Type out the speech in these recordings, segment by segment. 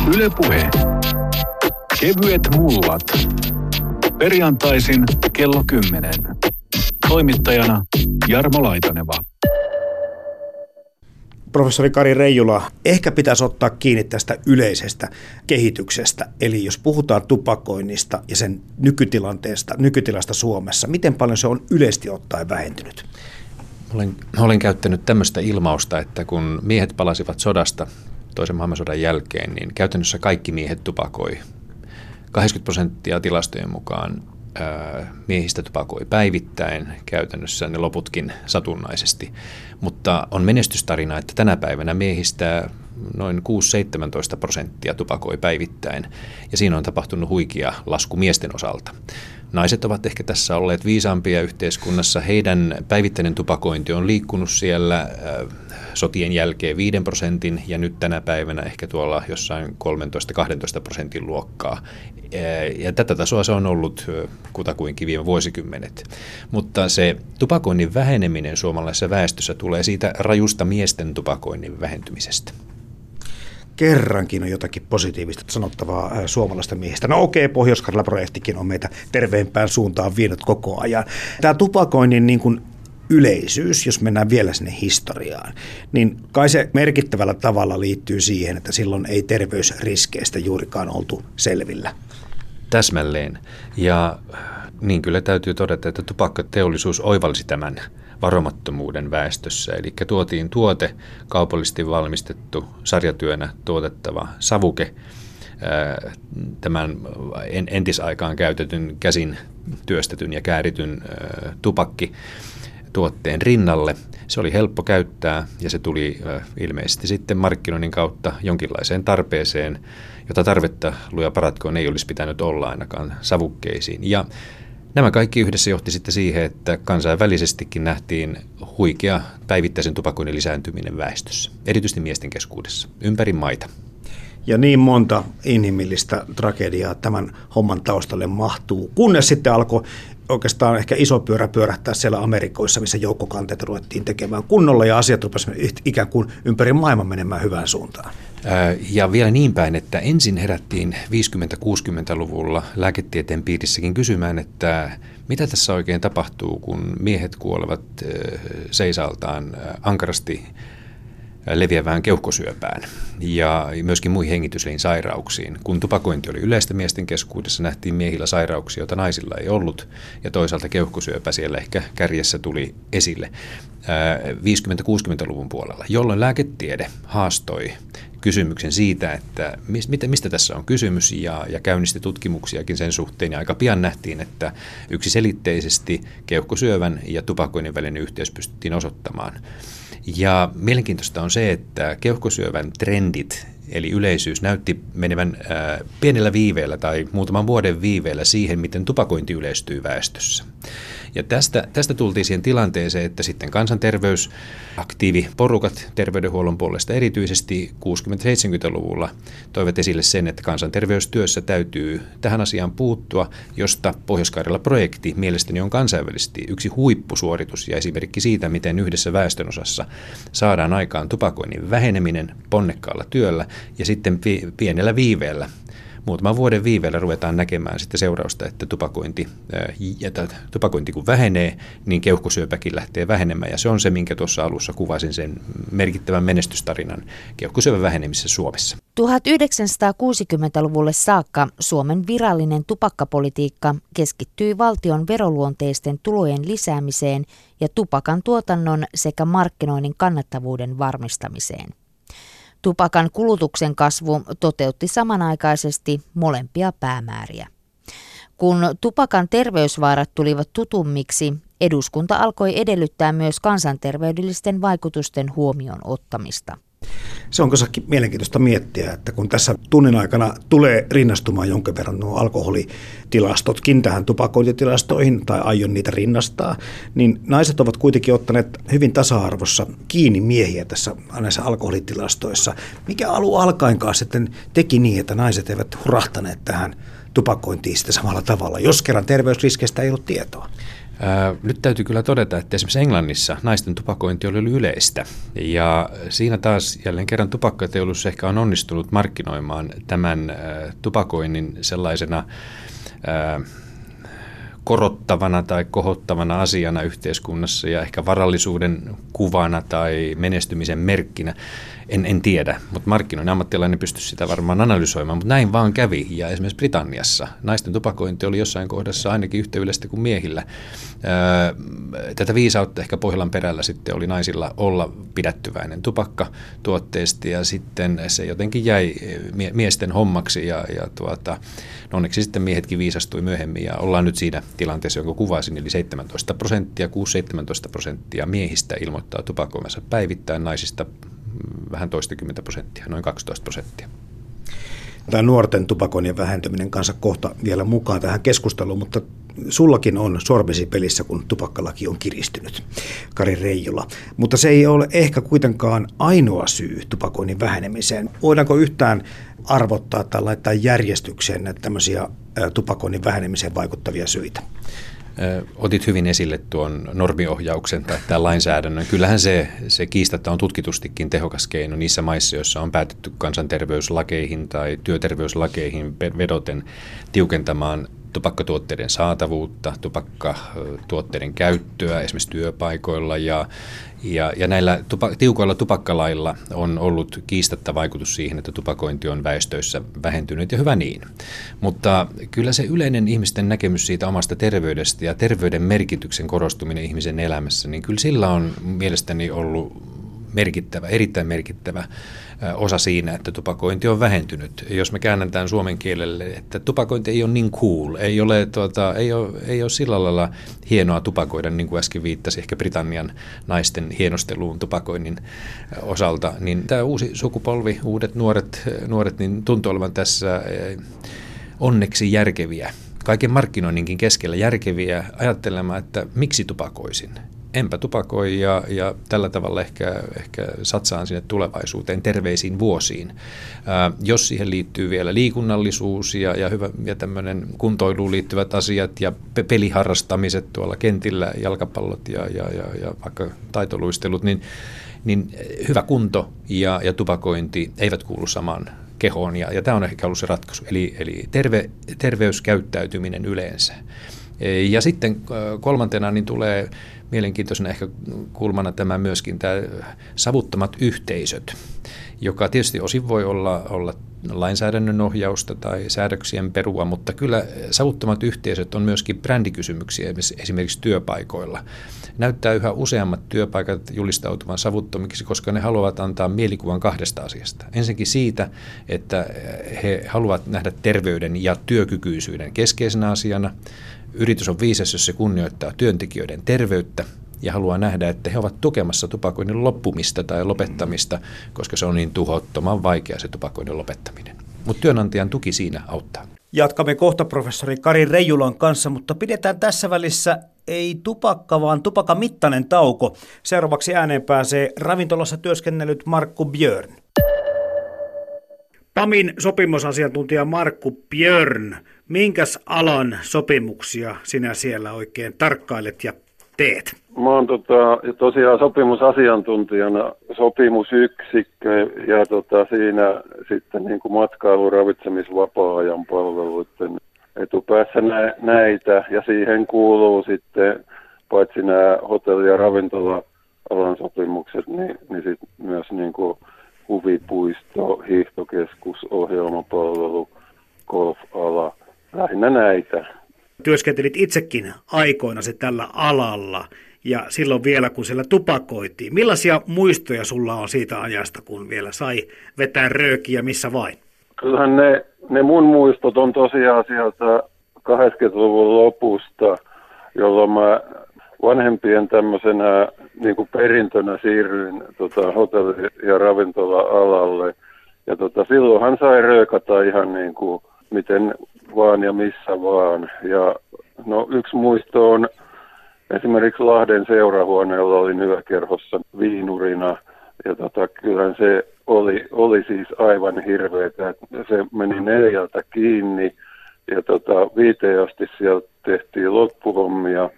Yle Puhe. Kevyet mullat. Perjantaisin kello 10. Toimittajana Jarmo Laitaneva. Professori Kari Reijula, ehkä pitäisi ottaa kiinni tästä yleisestä kehityksestä. Eli jos puhutaan tupakoinnista ja sen nykytilasta Suomessa, miten paljon se on yleisesti ottaen vähentynyt? Olen käyttänyt tämmöistä ilmausta, että kun miehet palasivat sodasta toisen maailmansodan jälkeen, niin käytännössä kaikki miehet tupakoi. 80% tilastojen mukaan miehistä tupakoi päivittäin, käytännössä ne loputkin satunnaisesti. Mutta on menestystarina, että tänä päivänä miehistä noin 6-17% tupakoi päivittäin, ja siinä on tapahtunut huikea lasku miesten osalta. Naiset ovat ehkä tässä olleet viisaampia yhteiskunnassa. Heidän päivittäinen tupakointi on liikkunut siellä sotien jälkeen 5% ja nyt tänä päivänä ehkä tuolla jossain 13-12% luokkaa. Ja tätä tasoa se on ollut kutakuinkin viime vuosikymmenet. Mutta se tupakoinnin väheneminen suomalaisessa väestössä tulee siitä rajusta miesten tupakoinnin vähentymisestä. Kerrankin on jotakin positiivista sanottavaa suomalaisten miehistä. No okei, Pohjois-Karjala-projektikin on meitä terveempään suuntaan vienyt koko ajan. Tämä tupakoinnin niin kuin yleisyys, jos mennään vielä sinne historiaan, niin kai se merkittävällä tavalla liittyy siihen, että silloin ei terveysriskeistä juurikaan oltu selvillä. Täsmälleen. Ja niin kyllä täytyy todeta, että tupakkateollisuus oivalsi tämän varomattomuuden väestössä. Eli tuotiin tuote, kaupallisesti valmistettu, sarjatyönä tuotettava savuke, tämän entisaikaan käytetyn käsin työstetyn ja käärityn tupakkituotteen rinnalle. Se oli helppo käyttää ja se tuli ilmeisesti sitten markkinoinnin kautta jonkinlaiseen tarpeeseen, jota tarvetta, luja paratkoon, ei olisi pitänyt olla ainakaan savukkeisiin. Ja nämä kaikki yhdessä johti sitten siihen, että kansainvälisestikin nähtiin huikea päivittäisen tupakoinnin lisääntyminen väestössä, erityisesti miesten keskuudessa, ympäri maita. Ja niin monta inhimillistä tragediaa tämän homman taustalle mahtuu, kunnes sitten alkoi oikeastaan ehkä iso pyörä pyörähtää siellä Amerikoissa, missä joukkokanteita ruvettiin tekemään kunnolla ja asiat rupesivat ikään kuin ympäri maailman menemään hyvään suuntaan. Ja vielä niin päin, että ensin herättiin 50-60-luvulla lääketieteen piirissäkin kysymään, että mitä tässä oikein tapahtuu, kun miehet kuolevat seisaltaan ankarasti leviävään keuhkosyöpään ja myöskin muihin hengityselinsairauksiin. Kun tupakointi oli yleistä miesten keskuudessa, nähtiin miehillä sairauksia, joita naisilla ei ollut, ja toisaalta keuhkosyöpä siellä ehkä kärjessä tuli esille 50-60-luvun puolella, jolloin lääketiede haastoi kysymyksen siitä, että mistä tässä on kysymys, ja käynnisti tutkimuksiakin sen suhteen, ja aika pian nähtiin, että yksiselitteisesti keuhkosyövän ja tupakoinnin välinen yhteys pystyttiin osoittamaan. Ja mielenkiintoista on se, että keuhkosyövän trendit, eli yleisyys, näytti menevän pienellä viiveellä tai muutaman vuoden viiveellä siihen, miten tupakointi yleistyy väestössä. Ja tästä tultiin siihen tilanteeseen, että sitten kansanterveysaktiiviporukat terveydenhuollon puolesta erityisesti 60-70-luvulla toivat esille sen, että kansanterveystyössä täytyy tähän asiaan puuttua, josta Pohjois-Karjala-projekti mielestäni on kansainvälisesti yksi huippusuoritus ja esimerkki siitä, miten yhdessä väestönosassa saadaan aikaan tupakoinnin väheneminen ponnekkaalla työllä ja sitten pienellä viiveellä. Muutaman vuoden viiveellä ruvetaan näkemään sitten seurausta, että tupakointi kun vähenee, niin keuhkosyöpäkin lähtee vähenemään. Ja se on se, minkä tuossa alussa kuvasin sen merkittävän menestystarinan keuhkosyövän vähenemisessä Suomessa. 1960-luvulle saakka Suomen virallinen tupakkapolitiikka keskittyi valtion veroluonteisten tulojen lisäämiseen ja tupakan tuotannon sekä markkinoinnin kannattavuuden varmistamiseen. Tupakan kulutuksen kasvu toteutti samanaikaisesti molempia päämääriä. Kun tupakan terveysvaarat tulivat tutummiksi, eduskunta alkoi edellyttää myös kansanterveydellisten vaikutusten huomioon ottamista. Se on kossakin mielenkiintoista miettiä, että kun tässä tunnin aikana tulee rinnastumaan jonkin verran nuo alkoholitilastotkin tähän tupakointitilastoihin, tai aion niitä rinnastaa, niin naiset ovat kuitenkin ottaneet hyvin tasa-arvossa kiinni miehiä tässä näissä alkoholitilastoissa. Mikä alun alkaenkaan sitten teki niin, että naiset eivät hurahtaneet tähän tupakointiin sitten samalla tavalla, jos kerran terveysriskeistä ei ollut tietoa? Nyt täytyy kyllä todeta, että esimerkiksi Englannissa naisten tupakointi oli yleistä. Ja siinä taas jälleen kerran tupakkateollisuus ehkä on onnistunut markkinoimaan tämän tupakoinnin sellaisena korottavana tai kohottavana asiana yhteiskunnassa ja ehkä varallisuuden kuvana tai menestymisen merkkinä. En tiedä, mutta markkinoinnin ammattilainen pystyisi sitä varmaan analysoimaan, mutta näin vaan kävi. Ja esimerkiksi Britanniassa naisten tupakointi oli jossain kohdassa ainakin yhtä yleistä kuin miehillä. Tätä viisautta ehkä Pohjolan perällä sitten oli naisilla olla pidättyväinen tupakkatuotteista ja sitten se jotenkin jäi miesten hommaksi ja onneksi sitten miehetkin viisastui myöhemmin ja ollaan nyt siinä tilanteessa, jonka kuvasin, eli 6-17% miehistä ilmoittaa tupakoimansa päivittäin, naisista vähän toistakymmentä prosenttia, noin 12%. Tämä nuorten tupakoinnin vähentäminen kanssa kohta vielä mukaan tähän keskusteluun, mutta sullakin on sormesi pelissä, kun tupakkalaki on kiristynyt, Kari Reijola. Mutta se ei ole ehkä kuitenkaan ainoa syy tupakoinnin vähenemiseen. Voidaanko yhtään arvottaa tai laittaa järjestykseen näitä tämmöisiä tupakoinnin vähenemiseen vaikuttavia syitä? Otit hyvin esille tuon normiohjauksen tai tämän lainsäädännön. Kyllähän se kiistatta on tutkitustikin tehokas keino niissä maissa, joissa on päätetty kansanterveyslakeihin tai työterveyslakeihin vedoten tiukentamaan tupakkatuotteiden saatavuutta, tupakkatuotteiden käyttöä esimerkiksi työpaikoilla ja näillä tiukoilla tupakkalailla on ollut kiistatta vaikutus siihen, että tupakointi on väestöissä vähentynyt ja hyvä niin. Mutta kyllä se yleinen ihmisten näkemys siitä omasta terveydestä ja terveyden merkityksen korostuminen ihmisen elämässä, niin kyllä sillä on mielestäni ollut erittäin merkittävä osa siinä, että tupakointi on vähentynyt. Jos me käännetään suomen kielelle, että tupakointi ei ole niin cool, ei ole sillä lailla hienoa tupakoida, niin kuin äsken viittasi ehkä Britannian naisten hienosteluun tupakoinnin osalta, niin tämä uusi sukupolvi, uudet nuoret niin tuntuu olevan tässä onneksi järkeviä, kaiken markkinoinninkin keskellä järkeviä ajattelemaan, että miksi tupakoisin. Enpä tupakoi ja tällä tavalla ehkä satsaan sinne tulevaisuuteen terveisiin vuosiin. Jos siihen liittyy vielä liikunnallisuus ja tämmöinen kuntoiluun liittyvät asiat ja peliharrastamiset tuolla kentillä, jalkapallot ja vaikka taitoluistelut, niin hyvä kunto ja tupakointi eivät kuulu samaan kehoon ja tämä on ehkä ollut se ratkaisu. Eli terveyskäyttäytyminen yleensä. Ja sitten kolmantena niin tulee mielenkiintoisena ehkä kulmana tämä myöskin tämä savuttomat yhteisöt, joka tietysti osin voi olla lainsäädännön ohjausta tai säädöksien perua, mutta kyllä savuttomat yhteisöt on myöskin brändikysymyksiä esimerkiksi työpaikoilla. Näyttää yhä useammat työpaikat julistautuvan savuttomiksi, koska ne haluavat antaa mielikuvan kahdesta asiasta. Ensinnäkin siitä, että he haluavat nähdä terveyden ja työkykyisyyden keskeisenä asiana. Yritys on viisas, jos se kunnioittaa työntekijöiden terveyttä ja haluaa nähdä, että he ovat tukemassa tupakoinnin loppumista tai lopettamista, koska se on niin tuhottoman vaikea se tupakoinnin lopettaminen. Mutta työnantajan tuki siinä auttaa. Jatkamme kohta professori Kari Reijolan kanssa, mutta pidetään tässä välissä ei tupakka, vaan tupakamittainen tauko. Seuraavaksi ääneen pääsee ravintolassa työskennellyt Markku Björn. PAMin sopimusasiantuntija Markku Björn, minkäs alan sopimuksia sinä siellä oikein tarkkailet ja teet? Mä oon tosiaan sopimusasiantuntijana sopimusyksikkö ja siinä sitten niin kuin matkailu-, ravitsemis-, vapaa-ajan palveluiden etupäässä näitä ja siihen kuuluu sitten paitsi nämä hotelli- ja ravintola-alan sopimukset, niin sitten myös niin kuin huvipuisto, hiihtokeskus, ohjelmapalvelu, golf-ala, lähinnä näitä. Työskentelit itsekin aikoinasi tällä alalla ja silloin vielä kun siellä tupakoitiin. Millaisia muistoja sulla on siitä ajasta, kun vielä sai vetää röökiä missä vain? Kyllähän ne mun muistot on tosiaan sieltä 80-luvun lopusta, jolloin mä vanhempien tämmöisenä niin kuin perintönä siirryin hotelli- ja ravintola-alalle. Ja silloinhan sai röökata ihan niin kuin miten vaan ja missä vaan. Ja no yksi muisto on esimerkiksi Lahden seurahuoneella olin yökerhossa viinurina. Ja kyllähän se oli siis aivan hirveetä. Se meni 4 kiinni ja 5 asti sieltä tehtiin loppuhommia.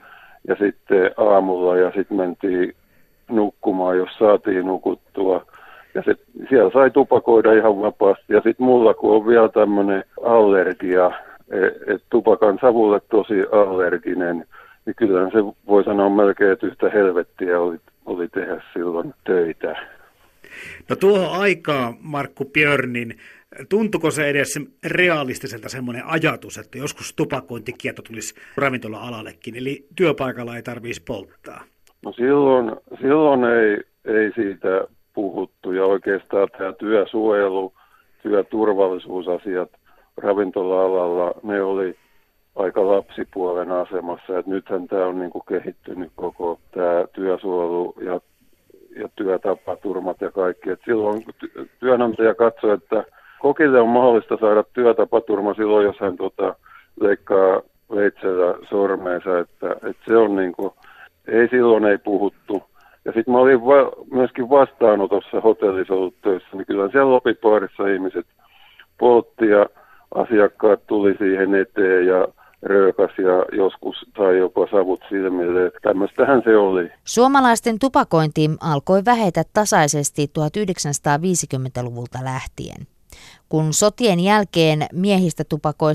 ja sitten aamulla ja sitten mentiin nukkumaan, jos saatiin nukuttua. Ja siellä sai tupakoida ihan vapaasti. Ja sitten mulla, kun on vielä tämmöinen allergia, että tupakan savulle tosi allerginen, niin kyllähän se voi sanoa melkein, että yhtä helvettiä oli tehdä silloin töitä. No tuohon aikaan, Markku Björn, niin tuntuiko se edes realistiselta semmoinen ajatus, että joskus tupakointikielto tulisi ravintola-alallekin, eli työpaikalla ei tarvitsisi polttaa? No silloin ei siitä puhuttu, ja oikeastaan tämä työsuojelu, työturvallisuusasiat ravintola-alalla, ne oli aika lapsipuolen asemassa, että nythän tämä on niinku kehittynyt koko tämä työsuojelu ja työtapaturmat ja kaikki. Et silloin työnantaja katsoi, että kokille on mahdollista saada työtapaturma silloin, jos hän leikkaa veitsellä sormeensa, että se on niinku, silloin ei puhuttu. Ja sitten mä olin myöskin vastaanotossa hotellissa ollut töissä, niin kyllä siellä lopipaarissa ihmiset poltti ja asiakkaat tuli siihen eteen ja röökas ja joskus sai jopa savut silmille. Tämmöistähän se oli. Suomalaisten tupakointi alkoi vähetä tasaisesti 1950-luvulta lähtien. Kun sotien jälkeen miehistä tupakoi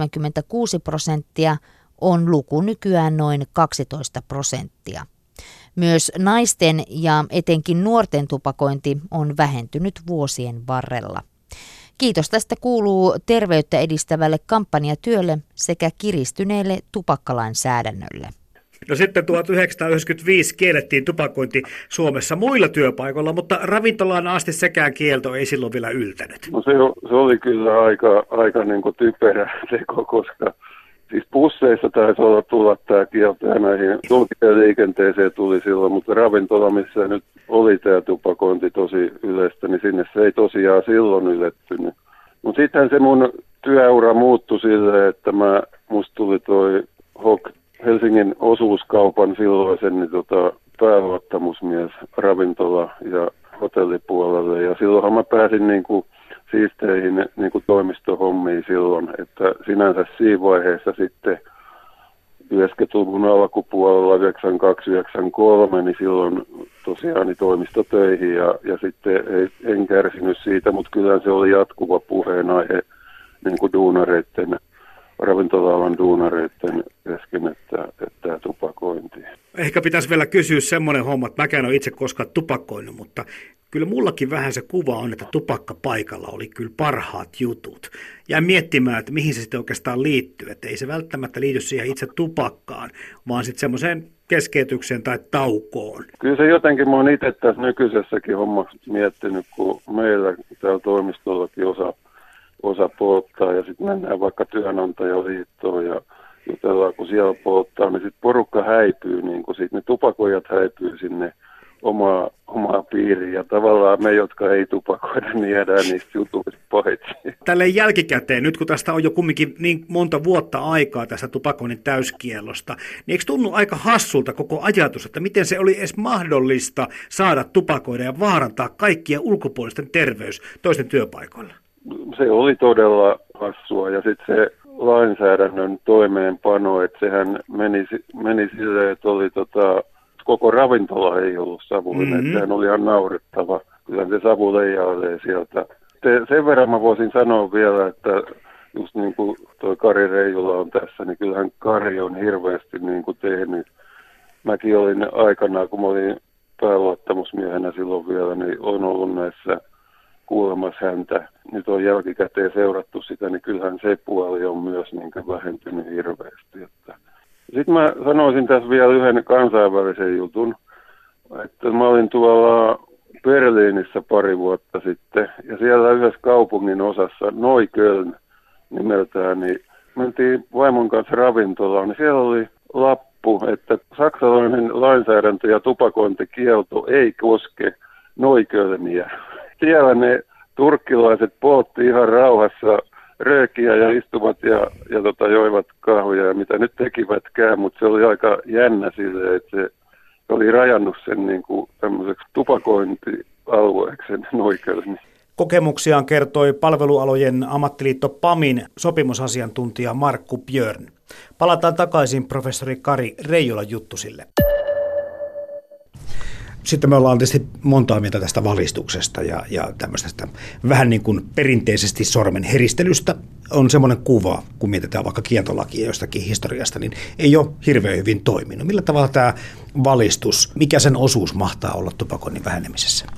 76%, on luku nykyään noin 12%. Myös naisten ja etenkin nuorten tupakointi on vähentynyt vuosien varrella. Kiitos tästä kuuluu terveyttä edistävälle kampanjatyölle sekä kiristyneelle tupakkalainsäädännölle. No sitten 1995 kiellettiin tupakointi Suomessa muilla työpaikoilla, mutta ravintolaan asti sekään kielto ei silloin vielä yltänyt. No se oli kyllä aika niin kuin typerä teko, koska siis busseissa taisi olla tulla tämä kielto ja näihin julkiseen liikenteeseen tuli silloin, mutta ravintola, missä nyt oli tämä tupakointi tosi yleistä, niin sinne se ei tosiaan silloin ylettynyt. Mutta sittenhän se mun työura muuttui silleen, että musta tuli toi Helsingin osuuskaupan silloisen pääluottamusmies ravintola- ja hotellipuolelle. Ja silloinhan mä pääsin siisteihin toimistohommiin silloin, että sinänsä siinä vaiheessa sitten 90-luvun alkupuolella 92-93, niin silloin tosiaan toimistotöihin ja sitten en kärsinyt siitä, mutta kyllä se oli jatkuva puheenaihe niin kuin duunareiden, ravintola-alan duunareiden kesken, että tupakointi. Ehkä pitäisi vielä kysyä semmoinen homma, että mäkään en ole itse koskaan tupakoinut, mutta kyllä mullakin vähän se kuva on, että tupakkapaikalla oli kyllä parhaat jutut. Jäin miettimään, että mihin se sitten oikeastaan liittyy, että ei se välttämättä liity siihen itse tupakkaan, vaan sitten semmoiseen keskeytykseen tai taukoon. Kyllä se jotenkin, mä oon itse tässä nykyisessäkin hommassa miettinyt, kun meillä täällä toimistollakin osa polttaa ja sitten mennään vaikka työnantajaliittoon ja jutellaan, kun siellä polttaa, niin sitten porukka häipyy, niin kun sitten ne tupakoijat häipyy sinne omaa piiriin ja tavallaan me, jotka ei tupakoida, niin jäädään niistä jutuista paitsi. Tälleen jälkikäteen, nyt kun tästä on jo kumminkin niin monta vuotta aikaa tästä tupakoinnin täyskiellosta, niin eikö tunnu aika hassulta koko ajatus, että miten se oli edes mahdollista saada tupakoida ja vaarantaa kaikkien ulkopuolisten terveys toisten työpaikoilla? Se oli todella hassua ja sitten se lainsäädännön toimeenpano, että sehän meni silleen, että oli koko ravintola ei ollut savullinen, sehän oli ihan naurettava. Kyllä se savu leijailee sieltä. Sen verran mä voisin sanoa vielä, että just niin kuin toi Kari Reijula on tässä, niin kyllähän Kari on hirveästi niin kuin tehnyt. Mäkin olin aikanaan, kun mä olin pääluottamusmiehenä silloin vielä, niin on ollut näissä kuulemassa häntä. Nyt on jälkikäteen seurattu sitä, niin kyllähän se puoli on myös niin kuin vähentynyt hirveästi. Sitten mä sanoisin tässä vielä yhden kansainvälisen jutun, että mä olin tuolla Berliinissä pari vuotta sitten, ja siellä yhdessä kaupungin osassa, Neukölln nimeltään, niin mentiin vaimon kanssa ravintolaan, niin siellä oli lappu, että saksalainen lainsäädäntö ja tupakointikielto ei koske Neuköllniä. Siellä ne turkkilaiset poltti ihan rauhassa röökiä ja istuvat ja joivat kahvia ja mitä nyt tekivätkään, mutta se oli aika jännä sille, että se oli rajannut sen niin kuin tämmöiseksi tupakointialueeksi sen Neuköllnin. Kokemuksiaan kertoi palvelualojen ammattiliitto PAMin sopimusasiantuntija Markku Björn. Palataan takaisin professori Kari Reijolan juttusille. Sitten me ollaan tietysti montaa mieltä tästä valistuksesta ja tämmöisestä vähän niin kuin perinteisesti sormen heristelystä. On semmoinen kuva, kun mietitään vaikka kieltolakia jostakin historiasta, niin ei ole hirveän hyvin toiminut. Millä tavalla tämä valistus, mikä sen osuus mahtaa olla tupakoinnin vähenemisessä?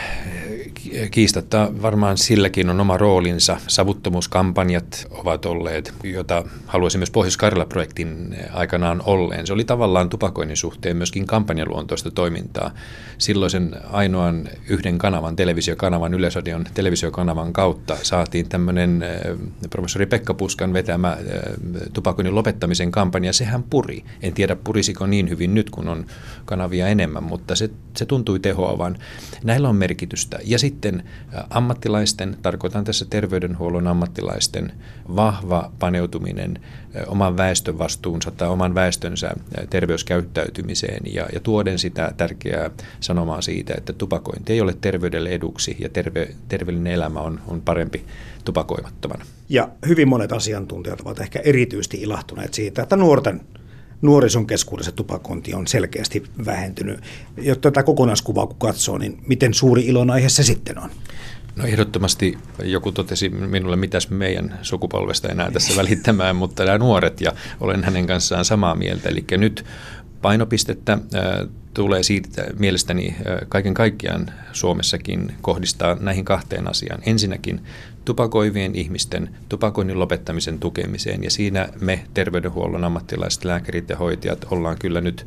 Kiistatta varmaan silläkin on oma roolinsa. Savuttomuuskampanjat ovat olleet, jota haluaisin myös Pohjois-Karjala-projektin aikanaan olleen. Se oli tavallaan tupakoinnin suhteen myöskin kampanjaluontoista toimintaa. Silloisen ainoan yhden kanavan, televisiokanavan, Yleisradion televisiokanavan kautta saatiin tämmöinen professori Pekka Puskan vetämä tupakoinnin lopettamisen kampanja. Sehän puri. En tiedä, purisiko niin hyvin nyt, kun on kanavia enemmän, mutta se tuntui tehoavan. Näillä on merkitystä. Ja sitten ammattilaisten, tarkoitan tässä terveydenhuollon ammattilaisten, vahva paneutuminen oman väestön vastuunsa tai oman väestönsä terveyskäyttäytymiseen ja tuoden sitä tärkeää sanomaa siitä, että tupakointi ei ole terveydelle eduksi ja terveellinen elämä on parempi tupakoimattomana. Ja hyvin monet asiantuntijat ovat ehkä erityisesti ilahtuneet siitä, että nuorison keskuudessa tupakointi on selkeästi vähentynyt. Jos tätä kokonaiskuvaa kun katsoo, niin miten suuri ilonaihe se sitten on? No ehdottomasti joku totesi minulle, mitäs meidän sukupolvesta enää tässä välittämään, mutta nämä nuoret, ja olen hänen kanssaan samaa mieltä. Eli nyt painopistettä tulee siitä mielestäni kaiken kaikkiaan Suomessakin kohdistaa näihin kahteen asiaan. Ensinnäkin tupakoivien ihmisten tupakoinnin lopettamisen tukemiseen, ja siinä me terveydenhuollon ammattilaiset, lääkärit ja hoitajat ollaan kyllä nyt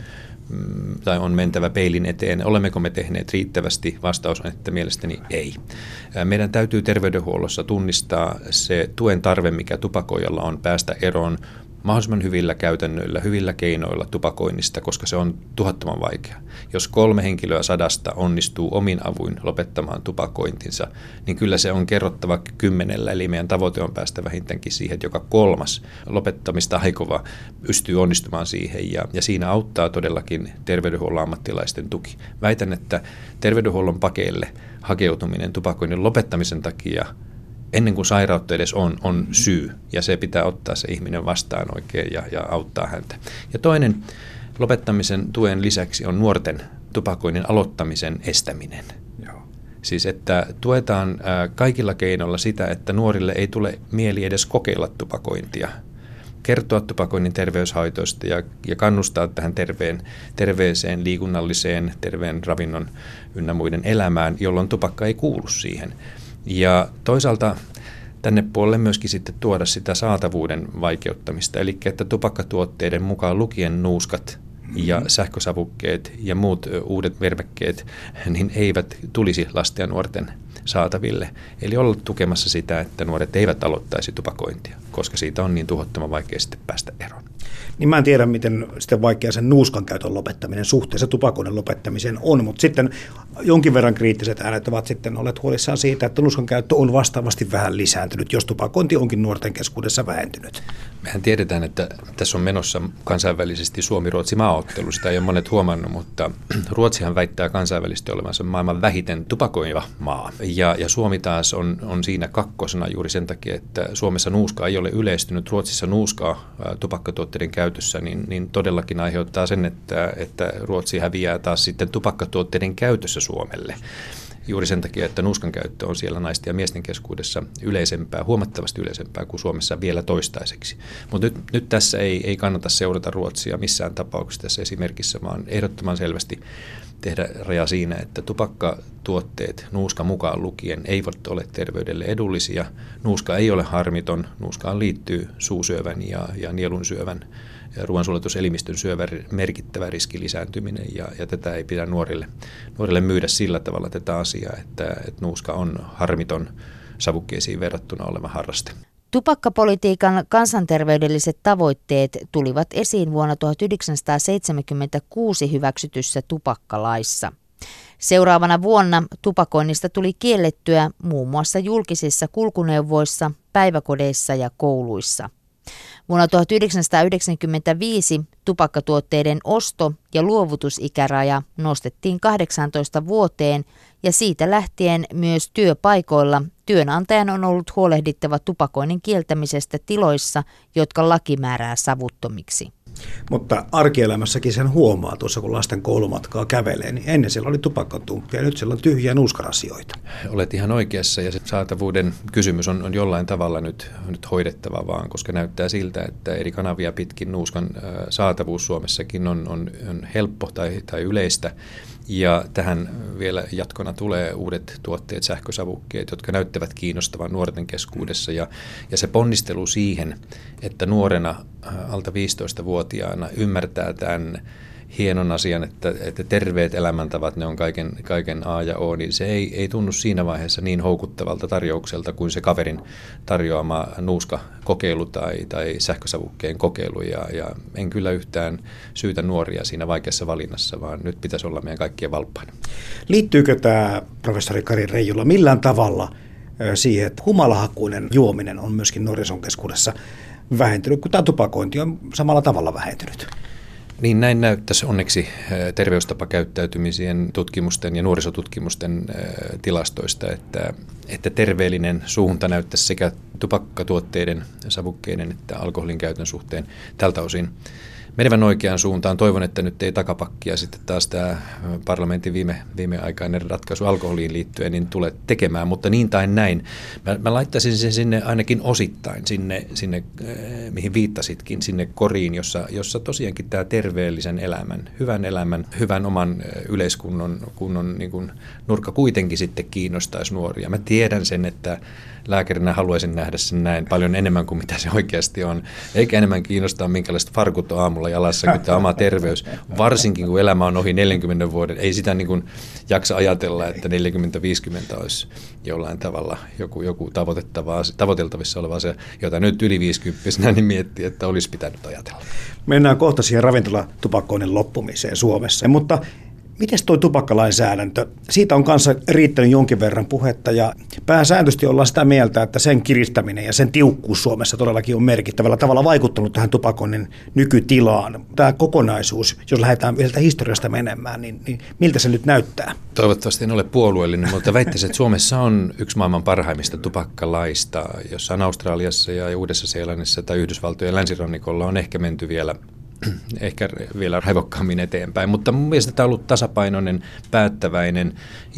tai on mentävä peilin eteen. Olemmeko me tehneet riittävästi? Vastaus on, että mielestäni ei. Meidän täytyy terveydenhuollossa tunnistaa se tuen tarve, mikä tupakoijalla on, päästä eroon mahdollisimman hyvillä käytännöillä, hyvillä keinoilla tupakoinnista, koska se on tuhottoman vaikea. Jos 3 henkilöä 100 onnistuu omin avuin lopettamaan tupakointinsa, niin kyllä se on kerrottava 10, eli meidän tavoite on päästä vähintäänkin siihen, että joka 3. lopettamista aikova pystyy onnistumaan siihen, ja siinä auttaa todellakin terveydenhuollon ammattilaisten tuki. Väitän, että terveydenhuollon pakeille hakeutuminen tupakoinnin lopettamisen takia ennen kuin sairautta edes on syy, ja se pitää ottaa se ihminen vastaan oikein ja auttaa häntä. Ja toinen lopettamisen tuen lisäksi on nuorten tupakoinnin aloittamisen estäminen. Joo. Siis että tuetaan kaikilla keinoilla sitä, että nuorille ei tule mieli edes kokeilla tupakointia, kertoa tupakoinnin terveyshaitoista ja kannustaa tähän terveeseen, liikunnalliseen, terveen ravinnon ynnä muiden elämään, jolloin tupakka ei kuulu siihen. Ja toisaalta tänne puolelle myöskin sitten tuoda sitä saatavuuden vaikeuttamista, eli että tupakkatuotteiden mukaan lukien nuuskat ja sähkösavukkeet ja muut uudet vermekkeet, niin eivät tulisi lasten ja nuorten saataville. Eli olla tukemassa sitä, että nuoret eivät aloittaisi tupakointia, koska siitä on niin tuhottoman vaikea sitten päästä eroon. Niin mä en tiedä, miten sitten vaikea sen nuuskan käytön lopettaminen suhteessa tupakoinnin lopettamiseen on, mutta sitten jonkin verran kriittiset äänet ovat sitten olleet huolissaan siitä, että nuuskan käyttö on vastaavasti vähän lisääntynyt, jos tupakointi onkin nuorten keskuudessa vähentynyt. Mehän tiedetään, että tässä on menossa kansainvälisesti Suomi-Ruotsi-maaottelu, sitä ei ole monet huomannut, mutta Ruotsihan väittää kansainvälisesti olevansa maailman vähiten tupakoiva maa. Ja Suomi taas on siinä kakkosena juuri sen takia, että Suomessa nuuska ei ole yleistynyt. Ruotsissa nuuskaa tupakkatuotteiden käytössä, niin todellakin aiheuttaa sen, että Ruotsi häviää taas sitten tupakkatuotteiden käytössä Suomelle. Juuri sen takia, että nuuskan käyttö on siellä naisten ja miesten keskuudessa yleisempää, huomattavasti yleisempää kuin Suomessa vielä toistaiseksi. Mutta nyt tässä ei kannata seurata Ruotsia missään tapauksessa tässä esimerkissä, vaan ehdottoman selvästi tehdä raja siinä, että tupakkatuotteet nuuska mukaan lukien eivät ole terveydelle edullisia. Nuuska ei ole harmiton, nuuskaan liittyy suusyövän ja nielunsyövän ja ruoansulatuselimistön syövän merkittävä riski lisääntyminen, ja tätä ei pidä nuorille myydä sillä tavalla tätä asiaa, että nuuska on harmiton savukkeisiin verrattuna oleva harraste. Tupakkapolitiikan kansanterveydelliset tavoitteet tulivat esiin vuonna 1976 hyväksytyssä tupakkalaissa. Seuraavana vuonna tupakoinnista tuli kiellettyä muun muassa julkisissa kulkuneuvoissa, päiväkodeissa ja kouluissa. Vuonna 1995 tupakkatuotteiden osto- ja luovutusikäraja nostettiin 18 vuoteen ja siitä lähtien myös työpaikoilla työnantajan on ollut huolehdittava tupakoinnin kieltämisestä tiloissa, jotka laki määrää savuttomiksi. Mutta arkielämässäkin sen huomaa tuossa, kun lasten koulumatkaa kävelee, niin ennen siellä oli tupakkatumppia ja nyt siellä on tyhjiä nuuskarasioita. Olet ihan oikeassa ja se saatavuuden kysymys on jollain tavalla nyt hoidettava vaan, koska näyttää siltä, että eri kanavia pitkin nuuskan saatavuus Suomessakin on helppo tai yleistä. Ja tähän vielä jatkona tulee uudet tuotteet, sähkösavukkeet, jotka näyttävät kiinnostavan nuorten keskuudessa. Ja se ponnistelu siihen, että nuorena alta 15-vuotiaana ymmärtää tämän hienon asian, että terveet elämäntavat, ne on kaiken A ja O, niin se ei tunnu siinä vaiheessa niin houkuttavalta tarjoukselta kuin se kaverin tarjoama nuuskakokeilu tai sähkösavukkeen kokeilu. Ja en kyllä yhtään syytä nuoria siinä vaikeassa valinnassa, vaan nyt pitäisi olla meidän kaikkien valppaina. Liittyykö tämä, professori Kari Reijula, millään tavalla siihen, että humalahakuinen juominen on myöskin nuorison keskuudessa vähentynyt, kun tämä tupakointi on samalla tavalla vähentynyt? Niin näin näyttäisi onneksi terveystapakäyttäytymisien tutkimusten ja nuorisotutkimusten tilastoista, että terveellinen suunta näyttäisi sekä tupakkatuotteiden, savukkeiden että alkoholin käytön suhteen tältä osin menevän oikeaan suuntaan. Toivon, että nyt ei takapakkia sitten taas tämä parlamentin viimeaikainen ratkaisu alkoholiin liittyen niin tule tekemään, mutta niin tai näin. Mä laittaisin sen sinne ainakin osittain, sinne mihin viittasitkin, sinne koriin, jossa tosiaankin tämä terveellisen elämän, hyvän oman yleiskunnon niin kuin nurkka kuitenkin sitten kiinnostaisi nuoria. Mä tiedän sen, että lääkärinä haluaisin nähdä sen näin paljon enemmän kuin mitä se oikeasti on, eikä enemmän kiinnostaa minkälaiset farkut on aamulla jalassa kuin tämä oma terveys, varsinkin kun elämä on ohi 40 vuoden. Ei sitä niin kuin jaksa ajatella, että 40-50 olisi jollain tavalla joku tavoiteltavissa oleva asia, jota nyt yli 50-vuotiaana niin miettii, että olisi pitänyt ajatella. Mennään kohta siihen ravintolatupakoinnin loppumiseen Suomessa, mutta miten tuo tupakkalainsäädäntö? Siitä on kanssa riittänyt jonkin verran puhetta ja pääsääntöisesti ollaan sitä mieltä, että sen kiristäminen ja sen tiukkuus Suomessa todellakin on merkittävällä tavalla vaikuttanut tähän tupakoinnin nykytilaan. Tämä kokonaisuus, jos lähdetään vielä historiasta menemään, niin miltä se nyt näyttää? Toivottavasti en ole puolueellinen, mutta väittäisin, että Suomessa on yksi maailman parhaimmista tupakkalaista, jossain Australiassa ja Uudessa-Seelannissa tai Yhdysvaltojen länsirannikolla on ehkä menty vielä raivokkaammin eteenpäin, mutta mun mielestä tämä on ollut tasapainoinen, päättäväinen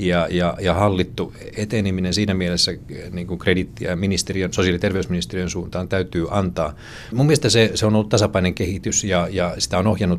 ja hallittu eteneminen siinä mielessä niin kuin kredittiä sosiaali- ja terveysministeriön suuntaan täytyy antaa. Mun mielestä se on ollut tasapainoinen kehitys ja sitä on ohjannut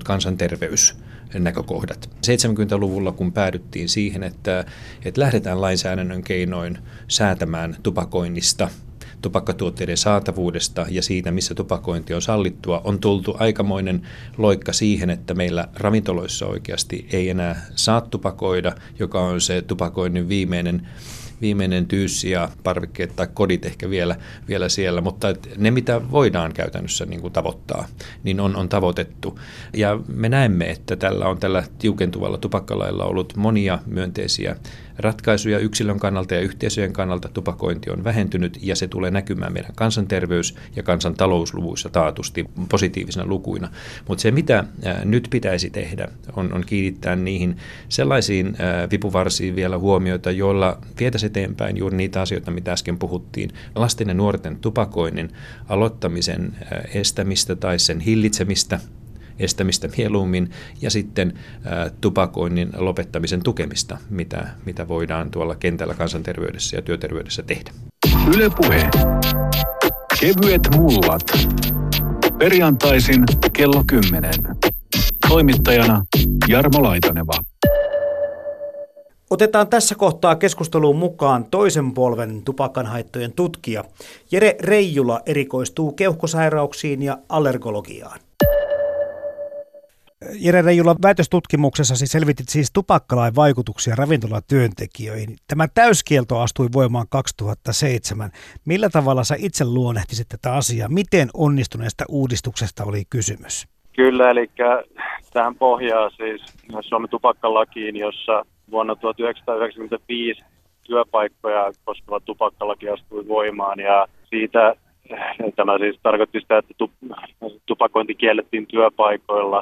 kansanterveysnäkökohdat. 70-luvulla, kun päädyttiin siihen, että lähdetään lainsäädännön keinoin säätämään tupakoinnista, tupakkatuotteiden saatavuudesta ja siitä, missä tupakointi on sallittua, on tultu aikamoinen loikka siihen, että meillä ravintoloissa oikeasti ei enää saa tupakoida, joka on se tupakoinnin viimeinen tyyssi ja parvekkeet tai kodit ehkä vielä siellä, mutta ne mitä voidaan käytännössä niin kuin tavoittaa, niin on tavoitettu. Ja me näemme, että tällä tiukentuvalla tupakkalailla ollut monia myönteisiä ratkaisuja yksilön kannalta ja yhteisöjen kannalta. Tupakointi on vähentynyt ja se tulee näkymään meidän kansanterveys- ja kansantalousluvuissa taatusti positiivisina lukuina. Mutta se, mitä nyt pitäisi tehdä, on kiinnittää niihin sellaisiin vipuvarsiin vielä huomioita, joilla vietäisiin eteenpäin juuri niitä asioita, mitä äsken puhuttiin. Lasten ja nuorten tupakoinnin aloittamisen estämistä tai sen hillitsemistä, estämistä mieluummin ja sitten tupakoinnin lopettamisen tukemista, mitä voidaan tuolla kentällä kansanterveydessä ja työterveydessä tehdä. Yle Puhe. Kevyet mullat. Perjantaisin kello 10. Toimittajana Jarmo Laitaneva. Otetaan tässä kohtaa keskusteluun mukaan toisen polven tupakanhaittojen tutkija. Jere Reijula erikoistuu keuhkosairauksiin ja allergologiaan. Jere Reijula, väitöstutkimuksessasi selvitit siis tupakkalain vaikutuksia ravintolatyöntekijöihin. Tämä täyskielto astui voimaan 2007. Millä tavalla sä itse luonnehtisit tätä asiaa? Miten onnistuneesta uudistuksesta oli kysymys? Kyllä, eli tähän pohjaa siis Suomen tupakkalakiin, jossa vuonna 1995 työpaikkoja koskeva tupakkalaki astui voimaan ja siitä tämä siis tarkoitti sitä, että tupakointi kiellettiin työpaikoilla